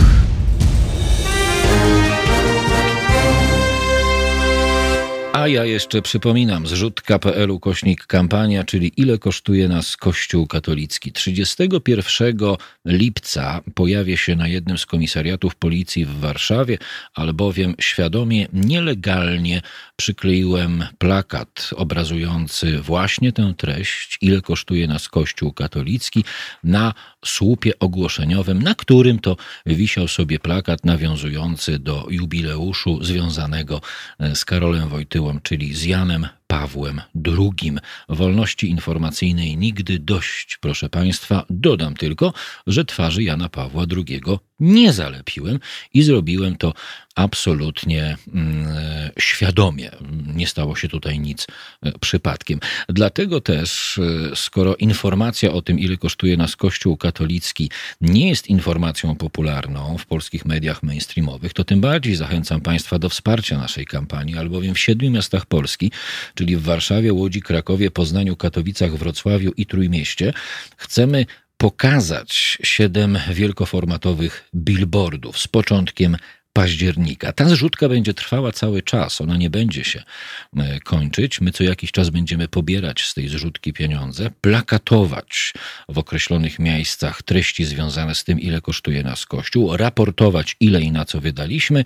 A ja jeszcze przypominam, zrzutka kropka p l ukośnik kampania, czyli ile kosztuje nas Kościół katolicki. trzydziestego pierwszego lipca pojawię się na jednym z komisariatów policji w Warszawie, albowiem świadomie, nielegalnie przykleiłem plakat obrazujący właśnie tę treść, ile kosztuje nas Kościół katolicki, na słupie ogłoszeniowym, na którym to wisiał sobie plakat nawiązujący do jubileuszu związanego z Karolem Wojtyłą, czyli z Janem Pawłem drugim. Wolności informacyjnej nigdy dość, proszę Państwa. Dodam tylko, że twarzy Jana Pawła drugiego nie zalepiłem i zrobiłem to absolutnie mm, świadomie. Nie stało się tutaj nic przypadkiem. Dlatego też, skoro informacja o tym, ile kosztuje nas Kościół katolicki, nie jest informacją popularną w polskich mediach mainstreamowych, to tym bardziej zachęcam Państwa do wsparcia naszej kampanii, albowiem w siedmiu miastach Polski, czyli w Warszawie, Łodzi, Krakowie, Poznaniu, Katowicach, Wrocławiu i Trójmieście, chcemy pokazać siedem wielkoformatowych billboardów z początkiem października. Ta zrzutka będzie trwała cały czas, ona nie będzie się kończyć. My co jakiś czas będziemy pobierać z tej zrzutki pieniądze, plakatować w określonych miejscach treści związane z tym, ile kosztuje nas Kościół, raportować, ile i na co wydaliśmy,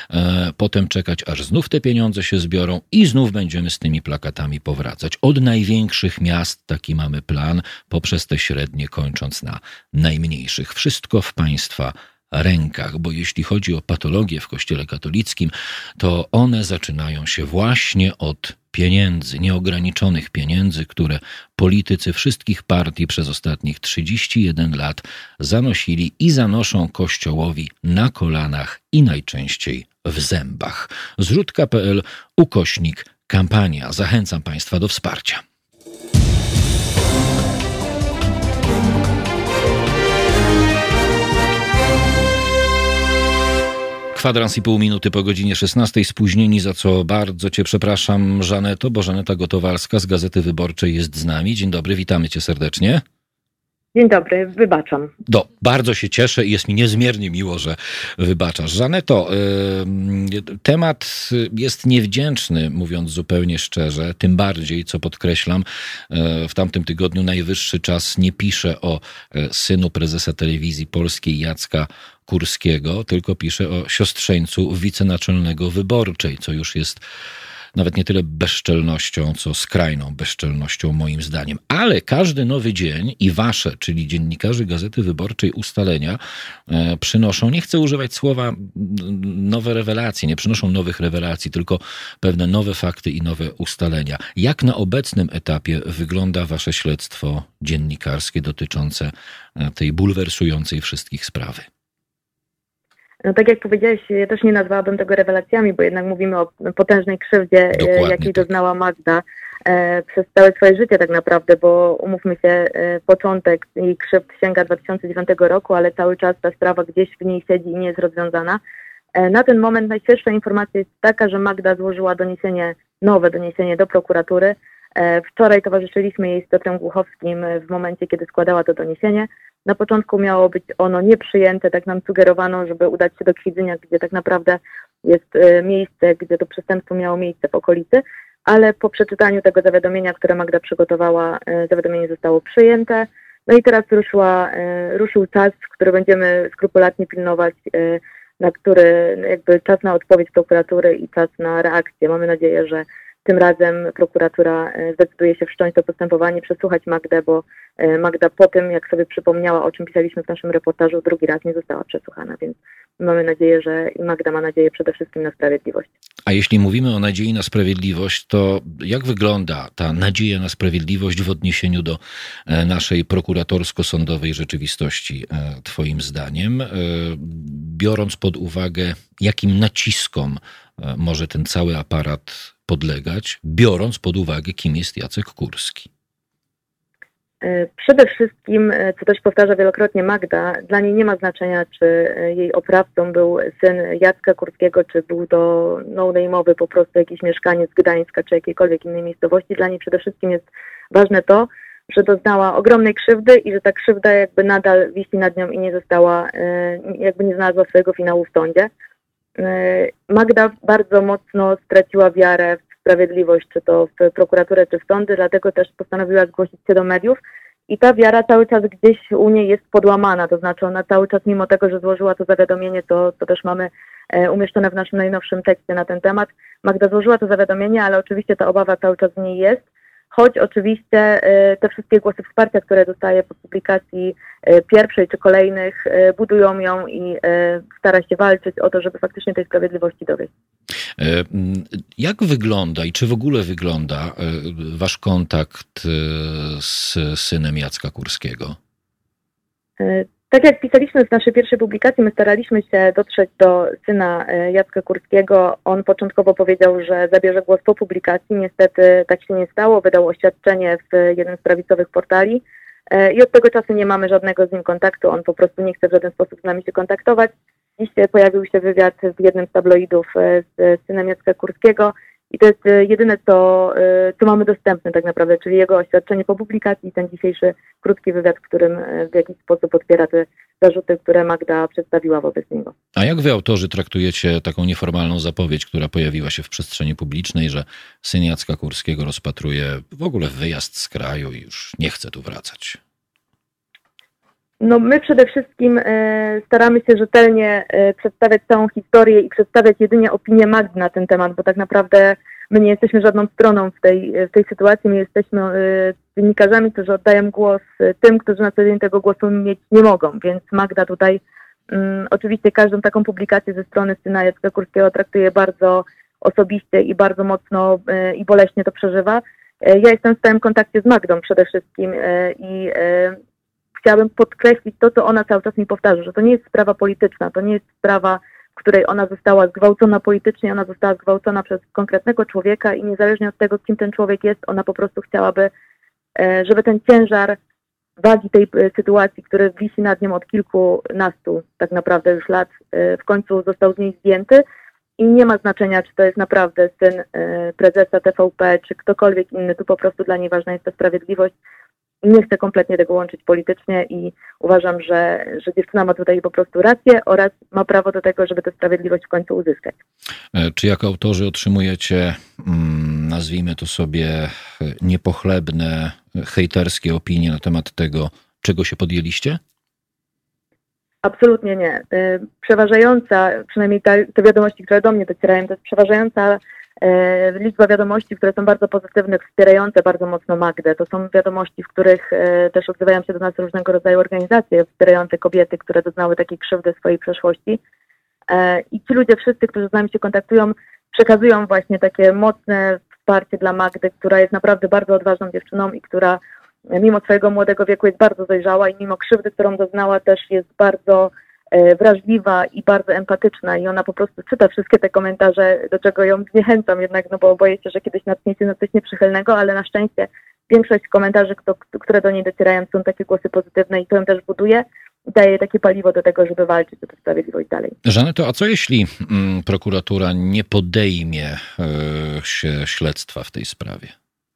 potem czekać, aż znów te pieniądze się zbiorą i znów będziemy z tymi plakatami powracać. Od największych miast taki mamy plan, poprzez te średnie, kończąc na najmniejszych. Wszystko w Państwa rękach, bo jeśli chodzi o patologię w Kościele katolickim, to one zaczynają się właśnie od pieniędzy, nieograniczonych pieniędzy, które politycy wszystkich partii przez ostatnich trzydzieści jeden lat zanosili i zanoszą Kościołowi na kolanach i najczęściej w zębach. Zrzutka kropka p l ukośnik kampania. Zachęcam Państwa do wsparcia. Kwadrans i pół minuty po godzinie szesnastej, spóźnieni, za co bardzo Cię przepraszam, Żaneto, bo Żaneta Gotowarska z Gazety Wyborczej jest z nami. Dzień dobry, witamy Cię serdecznie. Dzień dobry, wybaczam. Do, bardzo się cieszę i jest mi niezmiernie miło, że wybaczasz. Żaneto, y, temat jest niewdzięczny, mówiąc zupełnie szczerze, tym bardziej, co podkreślam, y, w tamtym tygodniu najwyższy czas nie pisze o y, synu prezesa Telewizji Polskiej Jacka Kurskiego, tylko pisze o siostrzeńcu wicenaczelnego Wyborczej, co już jest nawet nie tyle bezczelnością, co skrajną bezczelnością moim zdaniem. Ale każdy nowy dzień i wasze, czyli dziennikarzy Gazety Wyborczej, ustalenia e, przynoszą, nie chcę używać słowa nowe rewelacje, nie przynoszą nowych rewelacji, tylko pewne nowe fakty i nowe ustalenia. Jak na obecnym etapie wygląda wasze śledztwo dziennikarskie dotyczące tej bulwersującej wszystkich sprawy? No tak jak powiedziałeś, ja też nie nazwałabym tego rewelacjami, bo jednak mówimy o potężnej krzywdzie, Dokładnie jakiej tak. doznała Magda e, przez całe swoje życie tak naprawdę, bo umówmy się, e, początek jej krzywd sięga dwa tysiące dziewiątego roku, ale cały czas ta sprawa gdzieś w niej siedzi i nie jest rozwiązana. E, na ten moment najświeższa informacja jest taka, że Magda złożyła doniesienie, nowe doniesienie do prokuratury. E, wczoraj towarzyszyliśmy jej z Piotrem Głuchowskim w momencie, kiedy składała to doniesienie. Na początku miało być ono nieprzyjęte, tak nam sugerowano, żeby udać się do Kwidzynia, gdzie tak naprawdę jest e, miejsce, gdzie to przestępstwo miało miejsce w okolicy, ale po przeczytaniu tego zawiadomienia, które Magda przygotowała, e, zawiadomienie zostało przyjęte. No i teraz ruszyła, e, ruszył czas, który będziemy skrupulatnie pilnować, e, na który jakby czas na odpowiedź prokuratury i czas na reakcję. Mamy nadzieję, że tym razem prokuratura zdecyduje się wszcząć to postępowanie, przesłuchać Magdę, bo Magda po tym, jak sobie przypomniała, o czym pisaliśmy w naszym reportażu, drugi raz nie została przesłuchana, więc mamy nadzieję, że i Magda ma nadzieję przede wszystkim na sprawiedliwość. A jeśli mówimy o nadziei na sprawiedliwość, to jak wygląda ta nadzieja na sprawiedliwość w odniesieniu do naszej prokuratorsko-sądowej rzeczywistości, twoim zdaniem, biorąc pod uwagę, jakim naciskom może ten cały aparat podlegać, biorąc pod uwagę, kim jest Jacek Kurski? Przede wszystkim, co też powtarza wielokrotnie Magda, dla niej nie ma znaczenia, czy jej oprawcą był syn Jacka Kurskiego, czy był to no-name'owy po prostu jakiś mieszkaniec Gdańska, czy jakiejkolwiek innej miejscowości. Dla niej przede wszystkim jest ważne to, że doznała ogromnej krzywdy i że ta krzywda jakby nadal wisi nad nią i nie została, jakby nie znalazła swojego finału w sądzie. Magda bardzo mocno straciła wiarę w sprawiedliwość, czy to w prokuraturę, czy w sądy, dlatego też postanowiła zgłosić się do mediów i ta wiara cały czas gdzieś u niej jest podłamana, to znaczy ona cały czas, mimo tego, że złożyła to zawiadomienie, to, to też mamy umieszczone w naszym najnowszym tekście na ten temat. Magda złożyła to zawiadomienie, ale oczywiście ta obawa cały czas w niej jest. Choć oczywiście te wszystkie głosy wsparcia, które dostaje po publikacji pierwszej czy kolejnych, budują ją i stara się walczyć o to, żeby faktycznie tej sprawiedliwości dowieść. Jak wygląda i czy w ogóle wygląda wasz kontakt z synem Jacka Kurskiego? Tak jak pisaliśmy w naszej pierwszej publikacji, my staraliśmy się dotrzeć do syna Jacka Kurskiego. On początkowo powiedział, że zabierze głos po publikacji. Niestety tak się nie stało. Wydał oświadczenie w jednym z prawicowych portali i od tego czasu nie mamy żadnego z nim kontaktu. On po prostu nie chce w żaden sposób z nami się kontaktować. Dziś pojawił się wywiad w jednym z tabloidów z synem Jacka Kurskiego i to jest jedyne, co, co mamy dostępne tak naprawdę, czyli jego oświadczenie po publikacji i ten dzisiejszy krótki wywiad, w którym w jakiś sposób otwiera te zarzuty, które Magda przedstawiła wobec niego. A jak wy, autorzy, traktujecie taką nieformalną zapowiedź, która pojawiła się w przestrzeni publicznej, że syn Jacka Kurskiego rozpatruje w ogóle wyjazd z kraju i już nie chce tu wracać? No my przede wszystkim e, staramy się rzetelnie e, przedstawiać całą historię i przedstawiać jedynie opinię Magdy na ten temat, bo tak naprawdę my nie jesteśmy żadną stroną w tej, w tej sytuacji, my jesteśmy e, dziennikarzami, którzy oddają głos tym, którzy na co dzień tego głosu mieć nie mogą, więc Magda tutaj mm, oczywiście każdą taką publikację ze strony syna Jacka Kurskiego traktuje bardzo osobiście i bardzo mocno e, i boleśnie to przeżywa. E, ja jestem w stałym kontakcie z Magdą przede wszystkim e, i e, chciałabym podkreślić to, co ona cały czas mi powtarza, że to nie jest sprawa polityczna, to nie jest sprawa, w której ona została zgwałcona politycznie, ona została zgwałcona przez konkretnego człowieka i niezależnie od tego, kim ten człowiek jest, ona po prostu chciałaby, żeby ten ciężar wagi tej sytuacji, który wisi nad nią od kilkunastu tak naprawdę już lat, w końcu został z niej zdjęty i nie ma znaczenia, czy to jest naprawdę syn prezesa T V P, czy ktokolwiek inny, tu po prostu dla niej ważna jest ta sprawiedliwość. Nie chcę kompletnie tego łączyć politycznie i uważam, że, że dziewczyna ma tutaj po prostu rację oraz ma prawo do tego, żeby tę sprawiedliwość w końcu uzyskać. Czy jako autorzy otrzymujecie, nazwijmy to sobie, niepochlebne, hejterskie opinie na temat tego, czego się podjęliście? Absolutnie nie. Przeważająca, przynajmniej te, te wiadomości, które do mnie docierają, to jest przeważająca liczba wiadomości, które są bardzo pozytywne, wspierające bardzo mocno Magdę. To są wiadomości, w których też odzywają się do nas różnego rodzaju organizacje wspierające kobiety, które doznały takiej krzywdy w swojej przeszłości. I ci ludzie wszyscy, którzy z nami się kontaktują, przekazują właśnie takie mocne wsparcie dla Magdy, która jest naprawdę bardzo odważną dziewczyną i która mimo swojego młodego wieku jest bardzo dojrzała i mimo krzywdy, którą doznała, też jest bardzo wrażliwa i bardzo empatyczna i ona po prostu czyta wszystkie te komentarze, do czego ją zniechęcam jednak, no bo boję się, że kiedyś natkniecie na coś nieprzychylnego, ale na szczęście większość komentarzy, które do niej docierają, są takie głosy pozytywne i to ją też buduje i daje jej takie paliwo do tego, żeby walczyć o tę sprawiedliwość dalej. Żaneto, a co jeśli mm, prokuratura nie podejmie y, się śledztwa w tej sprawie?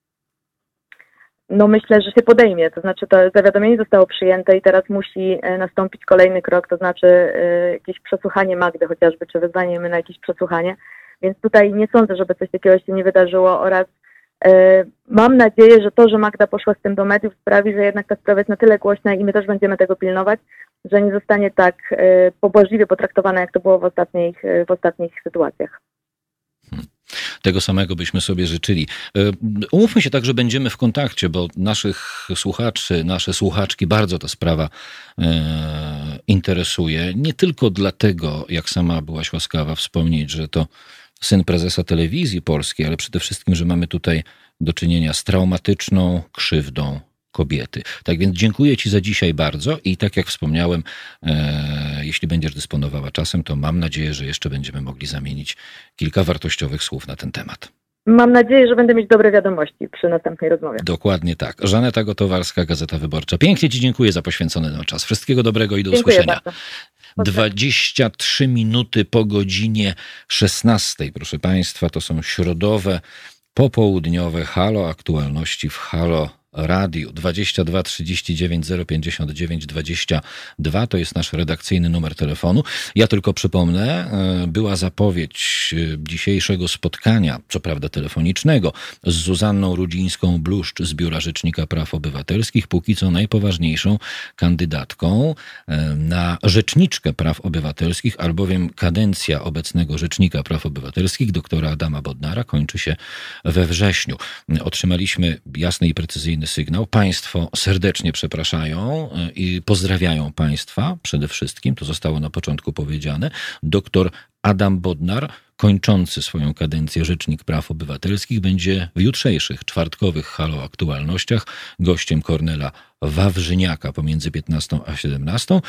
No myślę, że się podejmie, to znaczy to zawiadomienie zostało przyjęte i teraz musi nastąpić kolejny krok, to znaczy jakieś przesłuchanie Magdy chociażby, czy wezwanie na jakieś przesłuchanie, więc tutaj nie sądzę, żeby coś takiego się nie wydarzyło oraz e, mam nadzieję, że to, że Magda poszła z tym do mediów sprawi, że jednak ta sprawa jest na tyle głośna i my też będziemy tego pilnować, że nie zostanie tak e, pobłażliwie potraktowana, jak to było w ostatnich, w ostatnich sytuacjach. Tego samego byśmy sobie życzyli. Umówmy się tak, że będziemy w kontakcie, bo naszych słuchaczy, nasze słuchaczki bardzo ta sprawa e, interesuje. Nie tylko dlatego, jak sama byłaś łaskawa wspomnieć, że to syn prezesa telewizji polskiej, ale przede wszystkim, że mamy tutaj do czynienia z traumatyczną krzywdą kobiety. Tak więc dziękuję Ci za dzisiaj bardzo i tak jak wspomniałem, e, jeśli będziesz dysponowała czasem, to mam nadzieję, że jeszcze będziemy mogli zamienić kilka wartościowych słów na ten temat. Mam nadzieję, że będę mieć dobre wiadomości przy następnej rozmowie. Dokładnie tak. Żaneta Gotowarska, Gazeta Wyborcza. Pięknie Ci dziękuję za poświęcony nam czas. Wszystkiego dobrego i do dziękuję usłyszenia. Bardzo. dwadzieścia trzy minuty po godzinie szesnastej. Proszę Państwa, to są środowe, popołudniowe Halo Aktualności w Halo Radiu. dwadzieścia dwa trzydzieści dziewięć zero pięćdziesiąt dziewięć dwadzieścia dwa to jest nasz redakcyjny numer telefonu. Ja tylko przypomnę, była zapowiedź dzisiejszego spotkania, co prawda telefonicznego, z Zuzanną Rudzińską-Bluszcz z Biura Rzecznika Praw Obywatelskich, póki co najpoważniejszą kandydatką na Rzeczniczkę Praw Obywatelskich, albowiem kadencja obecnego Rzecznika Praw Obywatelskich, doktora Adama Bodnara, kończy się we wrześniu. Otrzymaliśmy jasny i precyzyjny sygnał. Państwo serdecznie przepraszają i pozdrawiają Państwa przede wszystkim. To zostało na początku powiedziane. Doktor Adam Bodnar, kończący swoją kadencję Rzecznik Praw Obywatelskich, będzie w jutrzejszych, czwartkowych Halo Aktualnościach gościem Kornela Wawrzyniaka pomiędzy piętnastą a siedemnastą,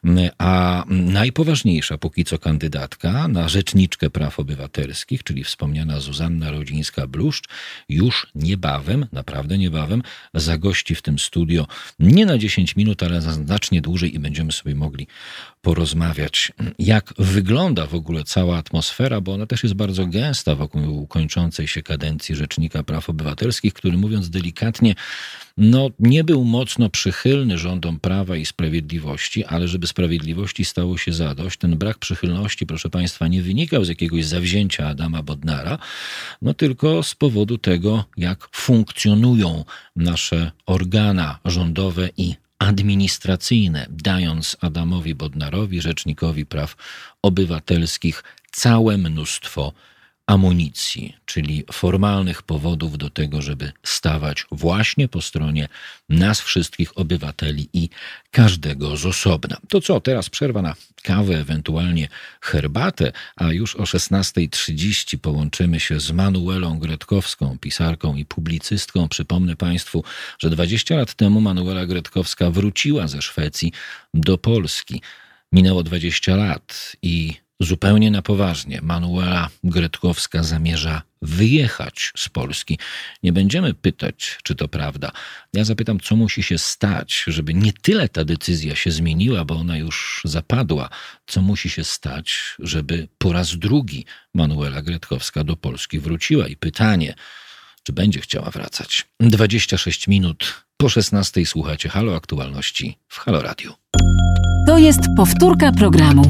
a najpoważniejsza póki co kandydatka na Rzeczniczkę Praw Obywatelskich, czyli wspomniana Zuzanna Rudzińska-Bluszcz, już niebawem, naprawdę niebawem, zagości w tym studio nie na dziesięć minut, ale na znacznie dłużej i będziemy sobie mogli porozmawiać, jak wygląda w ogóle cała atmosfera, bo ona też jest bardzo gęsta wokół kończącej się kadencji Rzecznika Praw Obywatelskich, który, mówiąc delikatnie, no nie był mocno przychylny rządom Prawa i Sprawiedliwości, ale żeby sprawiedliwości stało się zadość, ten brak przychylności, proszę Państwa, nie wynikał z jakiegoś zawzięcia Adama Bodnara, no tylko z powodu tego, jak funkcjonują nasze organa rządowe i administracyjne, dając Adamowi Bodnarowi, Rzecznikowi Praw Obywatelskich, całe mnóstwo amunicji, czyli formalnych powodów do tego, żeby stawać właśnie po stronie nas wszystkich obywateli i każdego z osobna. To co, teraz przerwa na kawę, ewentualnie herbatę, a już o szesnasta trzydzieści połączymy się z Manuelą Gretkowską, pisarką i publicystką. Przypomnę Państwu, że dwadzieścia lat temu Manuela Gretkowska wróciła ze Szwecji do Polski. Minęło dwadzieścia lat i zupełnie na poważnie Manuela Gretkowska zamierza wyjechać z Polski. Nie będziemy pytać, czy to prawda. Ja zapytam, co musi się stać, żeby nie tyle ta decyzja się zmieniła, bo ona już zapadła, co musi się stać, żeby po raz drugi Manuela Gretkowska do Polski wróciła. I pytanie, czy będzie chciała wracać. dwadzieścia sześć minut po szesnastej słuchacie Halo Aktualności w Halo Radiu. To jest powtórka programu.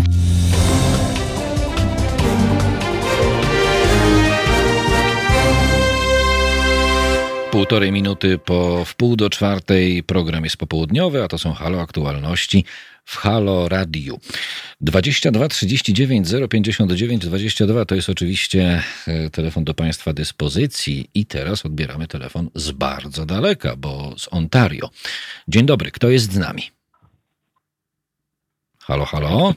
Półtorej minuty po wpół do czwartej. Program jest popołudniowy, a to są Halo Aktualności w Halo Radiu. dwadzieścia dwa trzydzieści dziewięć zero pięćdziesiąt dziewięć dwadzieścia dwa to jest oczywiście telefon do Państwa dyspozycji i teraz odbieramy telefon z bardzo daleka, bo z Ontario. Dzień dobry, kto jest z nami? Halo, halo?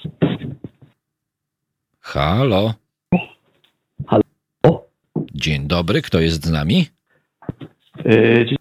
Halo? Halo? Dzień dobry, kto jest z nami? Dzień...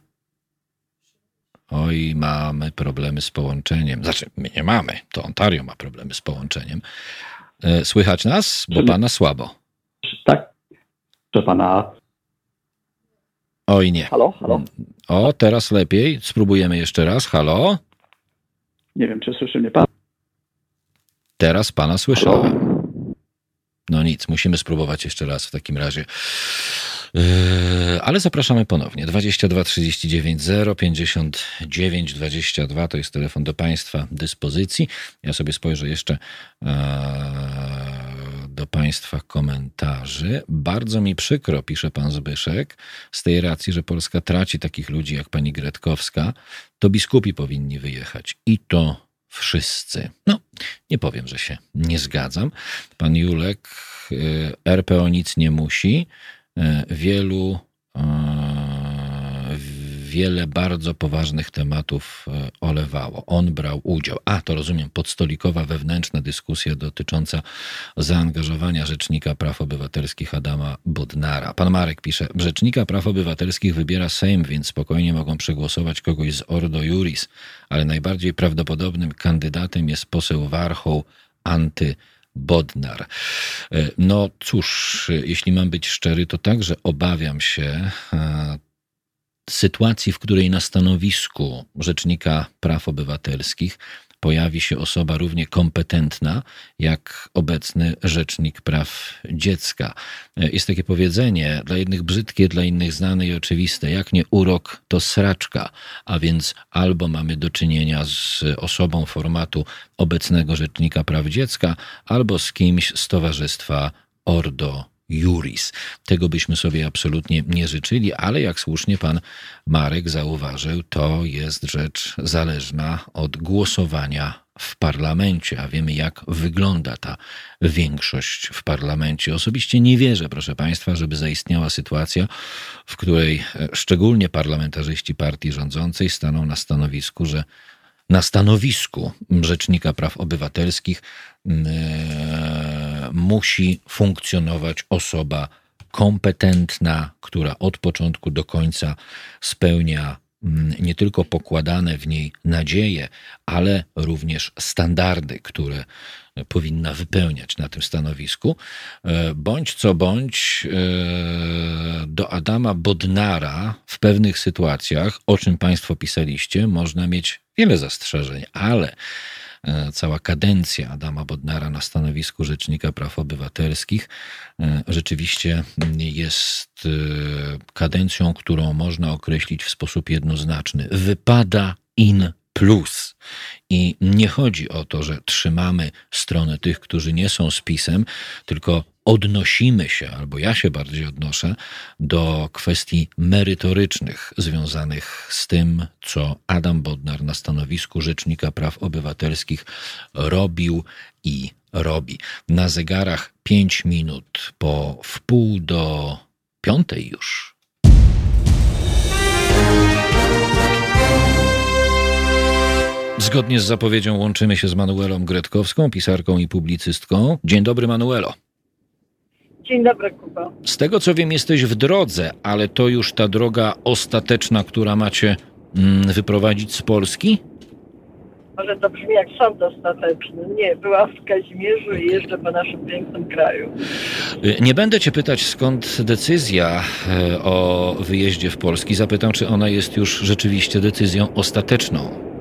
Oj, mamy problemy z połączeniem. Znaczy, my nie mamy, to Ontario ma problemy z połączeniem. Słychać nas? Bo pana słabo. Tak, proszę pana. Oj, nie. Halo, halo. O, teraz lepiej. Spróbujemy jeszcze raz. Halo? Nie wiem, czy słyszy mnie pan? Teraz pana słyszałem. No nic, musimy spróbować jeszcze raz w takim razie. Yy, ale zapraszamy ponownie. dwadzieścia dwa trzydzieści dziewięć zero pięćdziesiąt dziewięć dwadzieścia dwa to jest telefon do Państwa dyspozycji. Ja sobie spojrzę jeszcze yy, do Państwa komentarzy. Bardzo mi przykro, pisze pan Zbyszek, z tej racji, że Polska traci takich ludzi jak pani Gretkowska, to biskupi powinni wyjechać. I to wszyscy. No, nie powiem, że się nie zgadzam. Pan Julek, R P O nic nie musi. Wielu, wiele bardzo poważnych tematów olewało. On brał udział. A, to rozumiem, podstolikowa wewnętrzna dyskusja dotycząca zaangażowania Rzecznika Praw Obywatelskich Adama Bodnara. Pan Marek pisze, Rzecznika Praw Obywatelskich wybiera Sejm, więc spokojnie mogą przegłosować kogoś z Ordo Iuris, ale najbardziej prawdopodobnym kandydatem jest poseł Warchoł anty Bodnar. No cóż, jeśli mam być szczery, to także obawiam się sytuacji, w której na stanowisku Rzecznika Praw Obywatelskich pojawi się osoba równie kompetentna jak obecny Rzecznik Praw Dziecka. Jest takie powiedzenie, dla jednych brzydkie, dla innych znane i oczywiste, jak nie urok, to sraczka, a więc albo mamy do czynienia z osobą formatu obecnego Rzecznika Praw Dziecka, albo z kimś z towarzystwa Ordo Iuris. Tego byśmy sobie absolutnie nie życzyli, ale jak słusznie pan Marek zauważył, to jest rzecz zależna od głosowania w parlamencie, a wiemy, jak wygląda ta większość w parlamencie. Osobiście nie wierzę, proszę państwa, żeby zaistniała sytuacja, w której szczególnie parlamentarzyści partii rządzącej staną na stanowisku, że na stanowisku Rzecznika Praw Obywatelskich yy, musi funkcjonować osoba kompetentna, która od początku do końca spełnia yy, nie tylko pokładane w niej nadzieje, ale również standardy, które powinna wypełniać na tym stanowisku. Bądź co bądź, do Adama Bodnara w pewnych sytuacjach, o czym państwo pisaliście, można mieć wiele zastrzeżeń, ale cała kadencja Adama Bodnara na stanowisku Rzecznika Praw Obywatelskich rzeczywiście jest kadencją, którą można określić w sposób jednoznaczny. Wypada in plus. I nie chodzi o to, że trzymamy stronę tych, którzy nie są z PiS-em, tylko odnosimy się, albo ja się bardziej odnoszę, do kwestii merytorycznych związanych z tym, co Adam Bodnar na stanowisku Rzecznika Praw Obywatelskich robił i robi. Na zegarach pięć minut po wpół do piątej już. Zgodnie z zapowiedzią łączymy się z Manuelą Gretkowską, pisarką i publicystką. Dzień dobry, Manuelo. Dzień dobry, Kuba. Z tego co wiem, jesteś w drodze, ale to już ta droga ostateczna, która macie mm, wyprowadzić z Polski? Może to brzmi jak sąd ostateczny. Nie, byłam w Kazimierzu i jeżdżę po naszym pięknym kraju. Nie będę cię pytać, skąd decyzja o wyjeździe w Polski. Zapytam, czy ona jest już rzeczywiście decyzją ostateczną.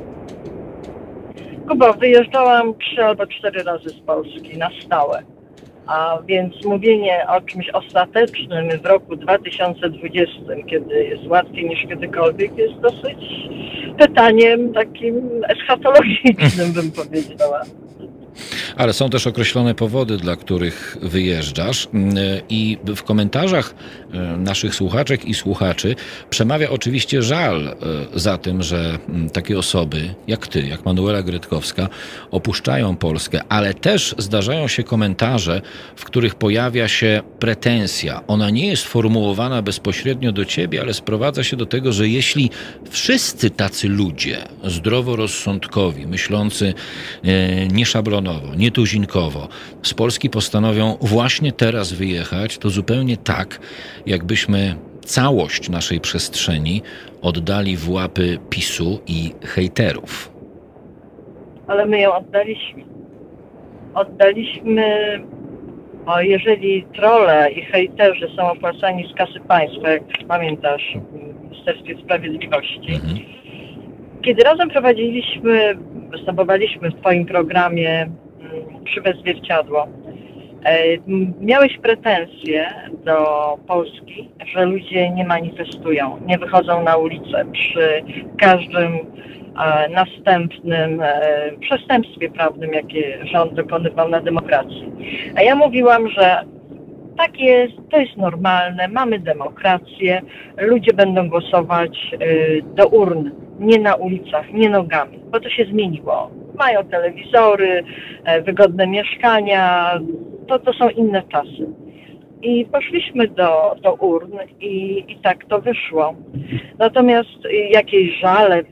Kuba, wyjeżdżałam trzy albo cztery razy z Polski na stałe. A więc mówienie o czymś ostatecznym w roku dwa tysiące dwudziestym, kiedy jest łatwiej niż kiedykolwiek, jest dosyć pytaniem takim eschatologicznym, bym powiedziała. Ale są też określone powody, dla których wyjeżdżasz i w komentarzach naszych słuchaczek i słuchaczy przemawia oczywiście żal za tym, że takie osoby jak ty, jak Manuela Gretkowska opuszczają Polskę, ale też zdarzają się komentarze, w których pojawia się pretensja. Ona nie jest formułowana bezpośrednio do ciebie, ale sprowadza się do tego, że jeśli wszyscy tacy ludzie zdroworozsądkowi, myślący nieszablonowo, nietuzinkowo z Polski postanowią właśnie teraz wyjechać, to zupełnie tak, jakbyśmy całość naszej przestrzeni oddali w łapy PiSu i hejterów. Ale my ją oddaliśmy. Oddaliśmy, o jeżeli trolle i hejterzy są opłacani z kasy państwa, jak pamiętasz, w Ministerstwie Sprawiedliwości. Mhm. Kiedy razem prowadziliśmy, występowaliśmy w twoim programie Krzywe Zwierciadło, miałeś pretensje do Polski, że ludzie nie manifestują, nie wychodzą na ulicę przy każdym następnym przestępstwie prawnym, jakie rząd dokonywał na demokracji. A ja mówiłam, że tak jest, to jest normalne, mamy demokrację, ludzie będą głosować do urn, nie na ulicach, nie nogami, bo to się zmieniło. Mają telewizory, wygodne mieszkania, to, to są inne czasy. I poszliśmy do, do urn i, i tak to wyszło. Natomiast jakieś żale,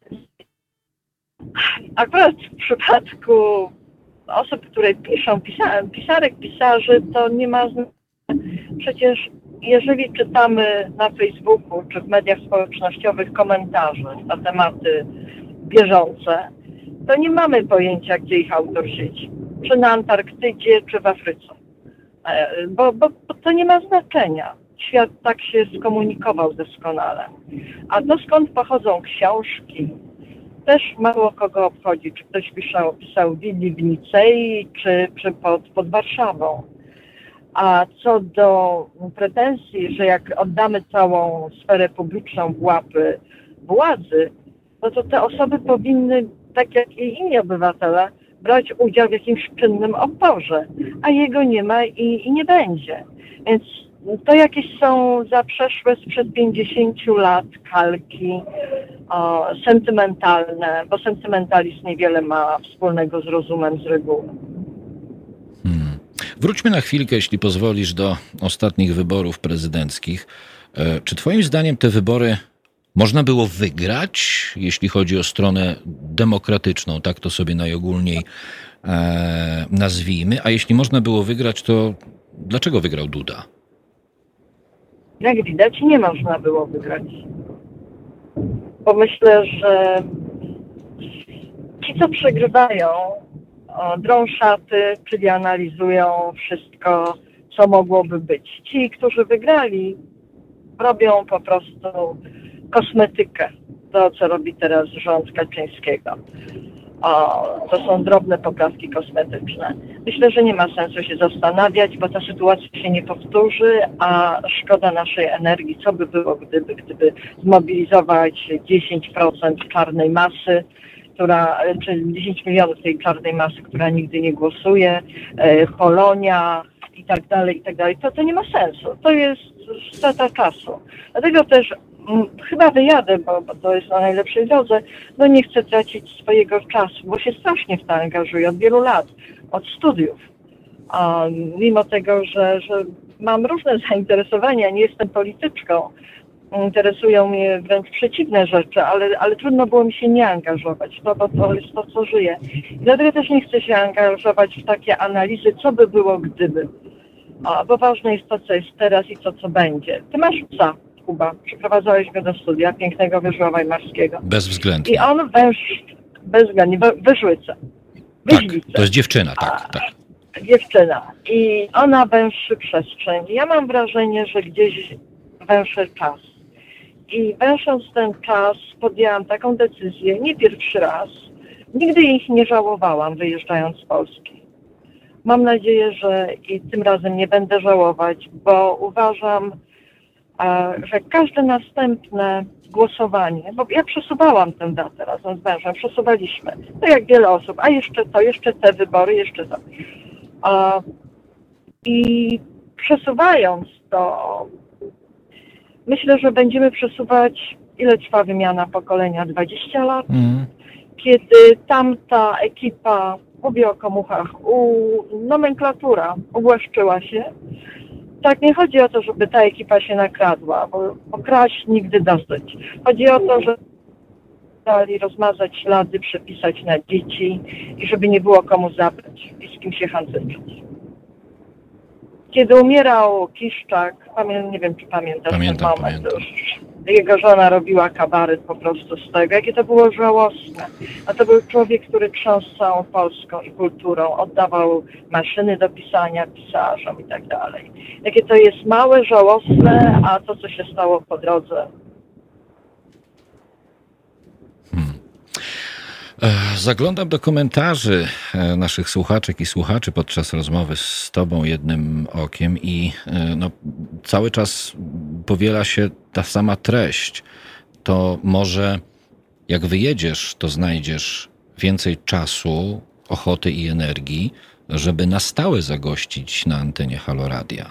akurat w przypadku osób, które piszą, pisa, pisarek, pisarzy, to nie ma znaczenia. Przecież jeżeli czytamy na Facebooku czy w mediach społecznościowych komentarze na tematy bieżące, to nie mamy pojęcia, gdzie ich autor siedzi. Czy na Antarktydzie, czy w Afryce. Bo, bo, bo to nie ma znaczenia. Świat tak się skomunikował doskonale. A to skąd pochodzą książki, też mało kogo obchodzi. Czy ktoś pisał, pisał w Willi w Nicei, czy, czy pod, pod Warszawą. A co do pretensji, że jak oddamy całą sferę publiczną w łapy władzy, no to te osoby powinny, tak jak i inni obywatele, brać udział w jakimś czynnym oporze, a jego nie ma i, i nie będzie. Więc to jakieś są zaprzeszłe sprzed pięćdziesięciu lat kalki o, sentymentalne, bo sentymentalizm niewiele ma wspólnego z rozumem z reguły. Hmm. Wróćmy na chwilkę, jeśli pozwolisz, do ostatnich wyborów prezydenckich. Czy twoim zdaniem te wybory można było wygrać, jeśli chodzi o stronę demokratyczną, tak to sobie najogólniej e, nazwijmy, a jeśli można było wygrać, to dlaczego wygrał Duda? Jak widać, nie można było wygrać. Bo myślę, że ci, co przegrywają, o, drą szaty, czyli analizują wszystko, co mogłoby być. Ci, którzy wygrali, robią po prostu kosmetykę, to co robi teraz rząd Kaczyńskiego. O, to są drobne poprawki kosmetyczne. Myślę, że nie ma sensu się zastanawiać, bo ta sytuacja się nie powtórzy, a szkoda naszej energii. Co by było, gdyby, gdyby zmobilizować dziesięć procent czarnej masy, która, czy dziesięć milionów tej czarnej masy, która nigdy nie głosuje, Polonia i tak dalej, i tak dalej. To, to nie ma sensu. To jest strata czasu. Dlatego też chyba wyjadę, bo, bo to jest na najlepszej drodze, no nie chcę tracić swojego czasu, bo się strasznie w to angażuję od wielu lat, od studiów. A mimo tego, że, że mam różne zainteresowania, nie jestem polityczką, interesują mnie wręcz przeciwne rzeczy, ale, ale trudno było mi się nie angażować, no bo to jest to, co żyję. I dlatego też nie chcę się angażować w takie analizy, co by było gdyby. A, bo ważne jest to, co jest teraz i to, co będzie. Ty masz psa, Kuba, przyprowadzałeś go do studia, pięknego Wyżła Weimarskiego. Bezwzględnie. I on węż, bezwzględnie, Wyżłyca. Tak, to jest dziewczyna, tak, tak. Dziewczyna. I ona węszy przestrzeń. Ja mam wrażenie, że gdzieś węszę czas. I węsząc ten czas podjęłam taką decyzję, nie pierwszy raz. Nigdy ich nie żałowałam, wyjeżdżając z Polski. Mam nadzieję, że i tym razem nie będę żałować, bo uważam, a, że każde następne głosowanie, bo ja przesuwałam tę datę razem z mężem, przesuwaliśmy, to jak wiele osób, a jeszcze to, jeszcze te wybory, jeszcze to. A, I przesuwając to, myślę, że będziemy przesuwać, ile trwa wymiana pokolenia? dwadzieścia lat? Mm. Kiedy tamta ekipa, mówię o komuchach, u, nomenklatura uwłaszczyła się. Tak, nie chodzi o to, żeby ta ekipa się nakradła, bo, bo kraść nigdy dosyć. Chodzi o to, że dali rozmazać ślady, przepisać na dzieci i żeby nie było komu zabrać i z kim się handlować. Kiedy umierał Kiszczak, pamię, nie wiem, czy pamiętasz pamiętam, ten moment, pamiętam. Już jego żona robiła kabaret po prostu z tego, jakie to było żałosne. A to był człowiek, który trząsł całą Polską i kulturą, oddawał maszyny do pisania pisarzom i tak dalej. Jakie to jest małe, żałosne, a to, co się stało po drodze. Zaglądam do komentarzy naszych słuchaczek i słuchaczy podczas rozmowy z tobą jednym okiem i no, cały czas powiela się ta sama treść. To może jak wyjedziesz, to znajdziesz więcej czasu, ochoty i energii, żeby na stałe zagościć na antenie Halo Radia.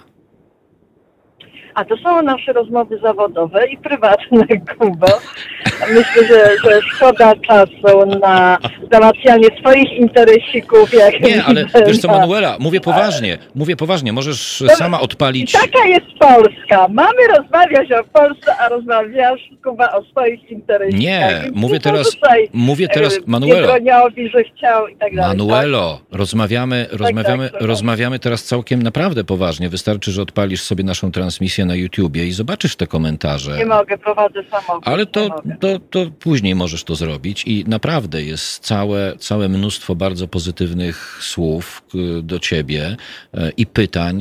A to są nasze rozmowy zawodowe i prywatne, Kubo. Myślę, że, że szkoda czasu na załatwianie swoich interesików. Jak nie, ale widzę, wiesz co, na... Manuela, mówię poważnie, mówię poważnie, możesz to, sama odpalić... Taka jest Polska. Mamy rozmawiać o Polsce, a rozmawiasz, Kuba, o swoich interesach. Nie, Więc mówię nie teraz, mówię teraz, Manuelo. Biedroniowi, że chciał i tak dalej. Manuelo, tak? rozmawiamy, tak, rozmawiamy, tak, tak. rozmawiamy teraz całkiem naprawdę poważnie. Wystarczy, że odpalisz sobie naszą transmisję na YouTubie i zobaczysz te komentarze. Nie mogę, prowadzę samochód. Ale to, to, to później możesz to zrobić i naprawdę jest całe, całe mnóstwo bardzo pozytywnych słów do ciebie i pytań.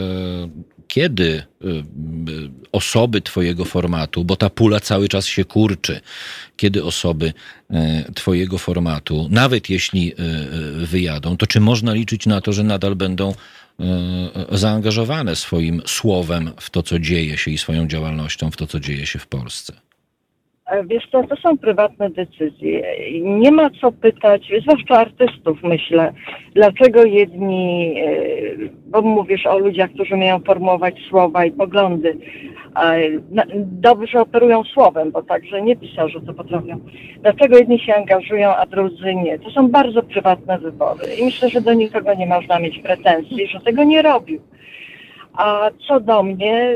Kiedy osoby twojego formatu, bo ta pula cały czas się kurczy, kiedy osoby twojego formatu, nawet jeśli wyjadą, to czy można liczyć na to, że nadal będą zaangażowane swoim słowem w to, co dzieje się i swoją działalnością w to, co dzieje się w Polsce? Wiesz co, to są prywatne decyzje. Nie ma co pytać, zwłaszcza artystów, myślę, dlaczego jedni, bo mówisz o ludziach, którzy mają formułować słowa i poglądy, dobrze operują słowem, bo także nie pisarze to potrafią. Dlaczego jedni się angażują, a drudzy nie? To są bardzo prywatne wybory i myślę, że do nikogo nie można mieć pretensji, że tego nie robił. A co do mnie...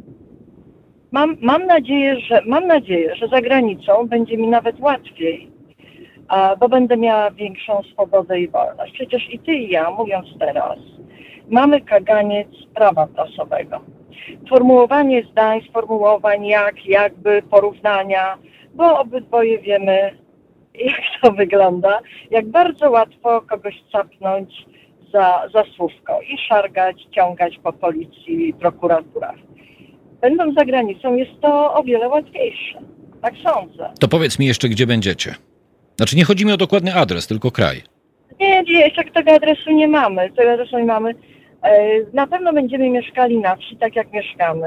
Mam, mam, nadzieję, że, mam nadzieję, że za granicą będzie mi nawet łatwiej, a, bo będę miała większą swobodę i wolność. Przecież i ty i ja, mówiąc teraz, mamy kaganiec prawa prasowego. Formułowanie zdań, sformułowań, jak, jakby, porównania, bo obydwoje wiemy, jak to wygląda, jak bardzo łatwo kogoś capnąć za, za słówko i szargać, ciągać po policji i prokuraturach. Będąc za granicą jest to o wiele łatwiejsze. Tak sądzę. To powiedz mi jeszcze, gdzie będziecie. Znaczy nie chodzi mi o dokładny adres, tylko kraj. Nie, nie, jeszcze tego adresu nie mamy. Tego adresu nie mamy. Na pewno będziemy mieszkali na wsi, tak jak mieszkamy.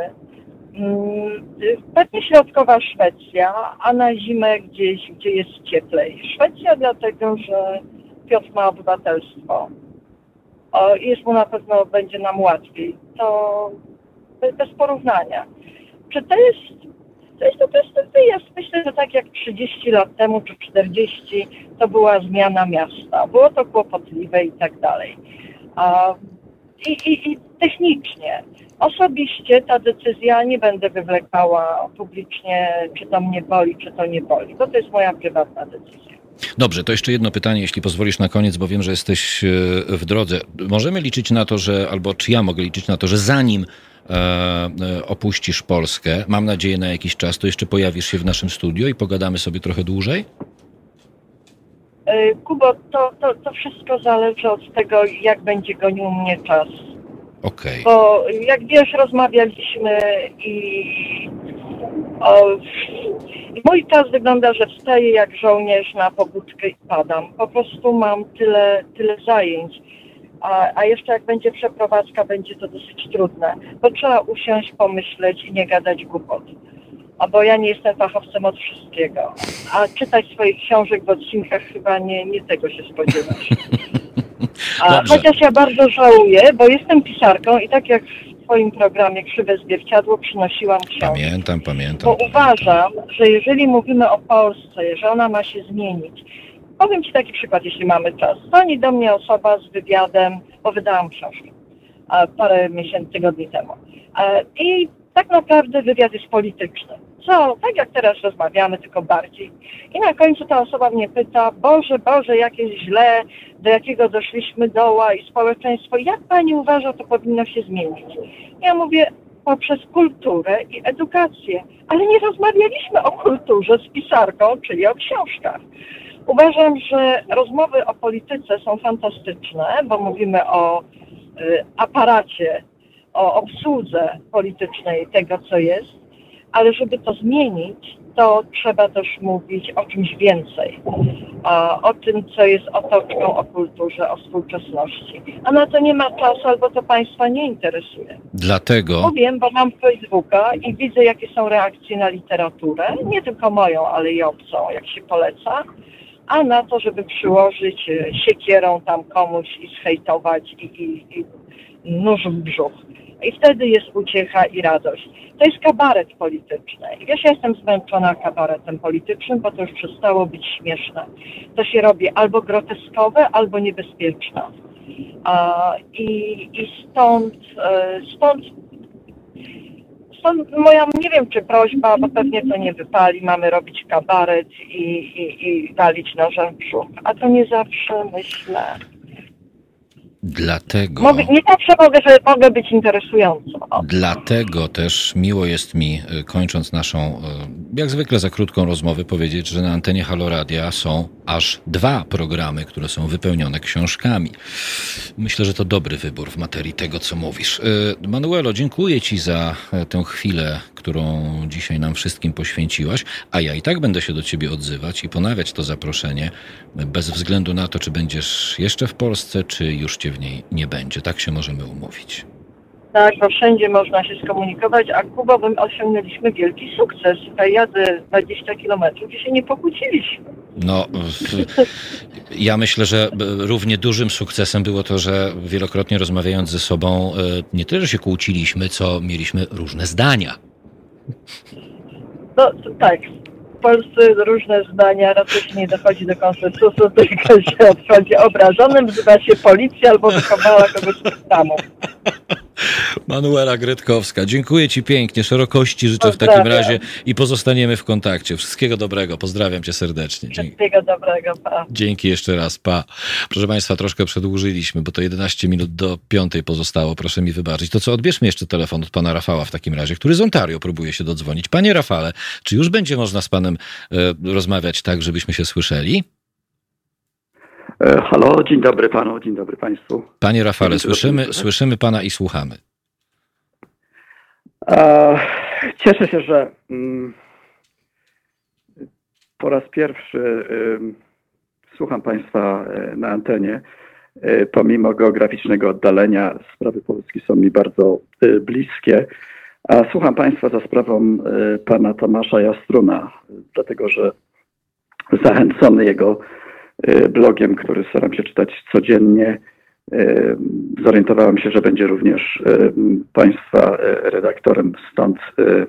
Pewnie środkowa Szwecja, a na zimę gdzieś, gdzie jest cieplej. Szwecja dlatego, że Piotr ma obywatelstwo. Jest mu na pewno, będzie nam łatwiej. To... bez porównania. Czy to jest, to jest to jest ten wyjazd? Myślę, że tak jak trzydzieści lat temu, czy czterdzieści, to była zmiana miasta. Było to kłopotliwe i tak dalej. I, i, i technicznie. Osobiście ta decyzja nie będę wywlekała publicznie, czy to mnie boli, czy to nie boli, bo to jest moja prywatna decyzja. Dobrze, to jeszcze jedno pytanie, jeśli pozwolisz na koniec, bo wiem, że jesteś w drodze. Możemy liczyć na to, że, albo czy ja mogę liczyć na to, że zanim e, opuścisz Polskę, mam nadzieję na jakiś czas, to jeszcze pojawisz się w naszym studiu i pogadamy sobie trochę dłużej? Kubo, to, to, to wszystko zależy od tego, jak będzie gonił mnie czas. Okej. Bo jak wiesz, rozmawialiśmy i o, mój czas wygląda, że wstaję jak żołnierz na pobudkę i padam. Po prostu mam tyle, tyle zajęć. A, a jeszcze jak będzie przeprowadzka, będzie to dosyć trudne, bo trzeba usiąść, pomyśleć i nie gadać głupot. A bo ja nie jestem fachowcem od wszystkiego. A czytać swoich książek w odcinkach chyba nie, nie tego się spodziewasz. A, chociaż ja bardzo żałuję, bo jestem pisarką i tak jak w twoim programie Krzywe Zwierciadło przynosiłam książki. Pamiętam, pamiętam. Bo uważam, że jeżeli mówimy o Polsce, że ona ma się zmienić, powiem ci taki przykład, jeśli mamy czas. Dzwoni do mnie osoba z wywiadem, bo wydałam książkę a, parę miesięcy, tygodni temu. A, I tak naprawdę wywiad jest polityczny. Co, tak jak teraz rozmawiamy, tylko bardziej. I na końcu ta osoba mnie pyta, Boże, Boże, jak jest źle, do jakiego doszliśmy doła i społeczeństwo, jak pani uważa, to powinno się zmienić? Ja mówię, poprzez kulturę i edukację. Ale nie rozmawialiśmy o kulturze z pisarką, czyli o książkach. Uważam, że rozmowy o polityce są fantastyczne, bo mówimy o y, aparacie, o obsłudze politycznej tego, co jest, ale żeby to zmienić, to trzeba też mówić o czymś więcej. O, o tym, co jest otoczką, o kulturze, o współczesności. A na to nie ma czasu, albo to państwa nie interesuje. Dlatego... Bo wiem, bo mam Facebooka i widzę, jakie są reakcje na literaturę. Nie tylko moją, ale i obcą, jak się poleca. A na to, żeby przyłożyć siekierą tam komuś i zhejtować i, i, i nóż w brzuch. I wtedy jest uciecha i radość. To jest kabaret polityczny. I wiesz, ja jestem zmęczona kabaretem politycznym, bo to już przestało być śmieszne. To się robi albo groteskowe, albo niebezpieczne. A, i, I stąd, stąd, stąd moja, nie wiem czy prośba, bo pewnie to nie wypali, mamy robić kabaret i, i, i walić nożem w brzuch. A to nie zawsze myślę. Dlatego... Mogę, nie zawsze mogę, że mogę być interesującą. O. Dlatego też miło jest mi, kończąc naszą, jak zwykle za krótką rozmowę, powiedzieć, że na antenie Halo Radia są aż dwa programy, które są wypełnione książkami. Myślę, że to dobry wybór w materii tego, co mówisz. Manuelo, dziękuję ci za tę chwilę, którą dzisiaj nam wszystkim poświęciłaś, a ja i tak będę się do ciebie odzywać i ponawiać to zaproszenie, bez względu na to, czy będziesz jeszcze w Polsce, czy już cię w niej nie będzie. Tak się możemy umówić. Tak, bo wszędzie można się skomunikować, a Kuba, bo my osiągnęliśmy wielki sukces. Tutaj jadę dwadzieścia kilometrów i się nie pokłóciliśmy. No, ja myślę, że równie dużym sukcesem było to, że wielokrotnie rozmawiając ze sobą, nie tyle, że się kłóciliśmy, co mieliśmy różne zdania. No, tak. W Polsce różne zdania, raczej się nie dochodzi do konsensusu, tylko się odchodzi obrażonym, wzywa się policja albo wychowała kogoś z domu. Manuela Gretkowska, dziękuję ci pięknie, szerokości życzę w takim razie i pozostaniemy w kontakcie. Wszystkiego dobrego, pozdrawiam cię serdecznie. Wszystkiego dobrego, pa. Dzięki jeszcze raz, pa. Proszę państwa, troszkę przedłużyliśmy, bo to jedenaście minut do piątej pozostało, proszę mi wybaczyć. To co, odbierzmy jeszcze telefon od pana Rafała w takim razie, który z Ontario próbuje się dodzwonić. Panie Rafale, czy już będzie można z panem e, rozmawiać tak, żebyśmy się słyszeli? Halo, dzień dobry panu, dzień dobry państwu. Panie Rafale, słyszymy, słyszymy pana i słuchamy. Cieszę się, że mm, po raz pierwszy y, słucham państwa na antenie. Y, pomimo geograficznego oddalenia sprawy Polski są mi bardzo y, bliskie. A słucham państwa za sprawą y, pana Tomasza Jastruna, dlatego że zachęcony jego blogiem, który staram się czytać codziennie, zorientowałem się, że będzie również państwa redaktorem, stąd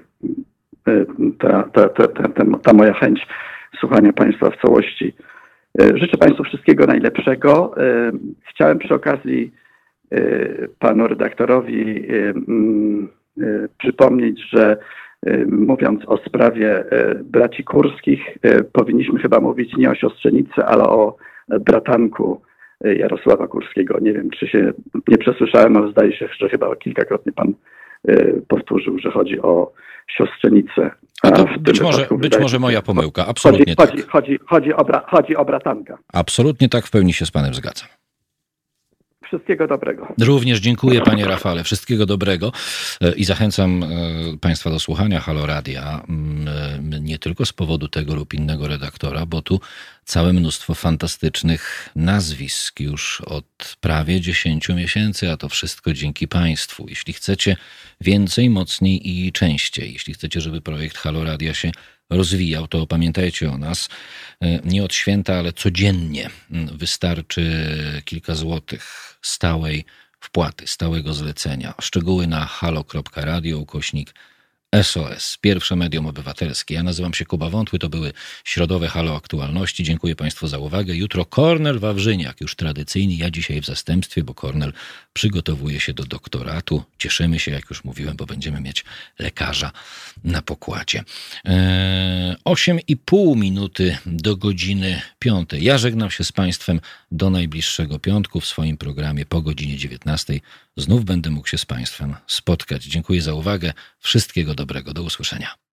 ta, ta, ta, ta, ta moja chęć słuchania państwa w całości. Życzę państwu wszystkiego najlepszego. Chciałem przy okazji panu redaktorowi przypomnieć, że mówiąc o sprawie braci Kurskich, powinniśmy chyba mówić nie o siostrzenicy, ale o bratanku Jarosława Kurskiego. Nie wiem, czy się nie przesłyszałem, ale zdaje się, że chyba kilkakrotnie pan powtórzył, że chodzi o siostrzenicę. A to być może, być może moja pomyłka. Absolutnie chodzi, tak. Chodzi, chodzi, chodzi, o bra, chodzi o bratanka. Absolutnie tak, w pełni się z panem zgadzam. Wszystkiego dobrego. Również dziękuję, panie Rafale. Wszystkiego dobrego i zachęcam państwa do słuchania Halo Radia nie tylko z powodu tego lub innego redaktora, bo tu całe mnóstwo fantastycznych nazwisk już od prawie dziesięciu miesięcy, a to wszystko dzięki państwu. Jeśli chcecie więcej, mocniej i częściej, jeśli chcecie, żeby projekt Halo Radia się rozwijał, to pamiętajcie o nas. Nie od święta, ale codziennie wystarczy kilka złotych stałej wpłaty, stałego zlecenia. Szczegóły na halo kropka radio ukośnik S O S. Pierwsze medium obywatelskie. Ja nazywam się Kuba Wątły. To były środowe Halo Aktualności. Dziękuję państwu za uwagę. Jutro Kornel Wawrzyniak, już tradycyjnie. Ja dzisiaj w zastępstwie, bo Kornel przygotowuje się do doktoratu. Cieszymy się, jak już mówiłem, bo będziemy mieć lekarza na pokładzie. Eee, osiem i pół minuty do godziny piątej. Ja żegnam się z państwem do najbliższego piątku w swoim programie po godzinie dziewiętnastej. Znów będę mógł się z państwem spotkać. Dziękuję za uwagę. Wszystkiego dobrego. Do usłyszenia.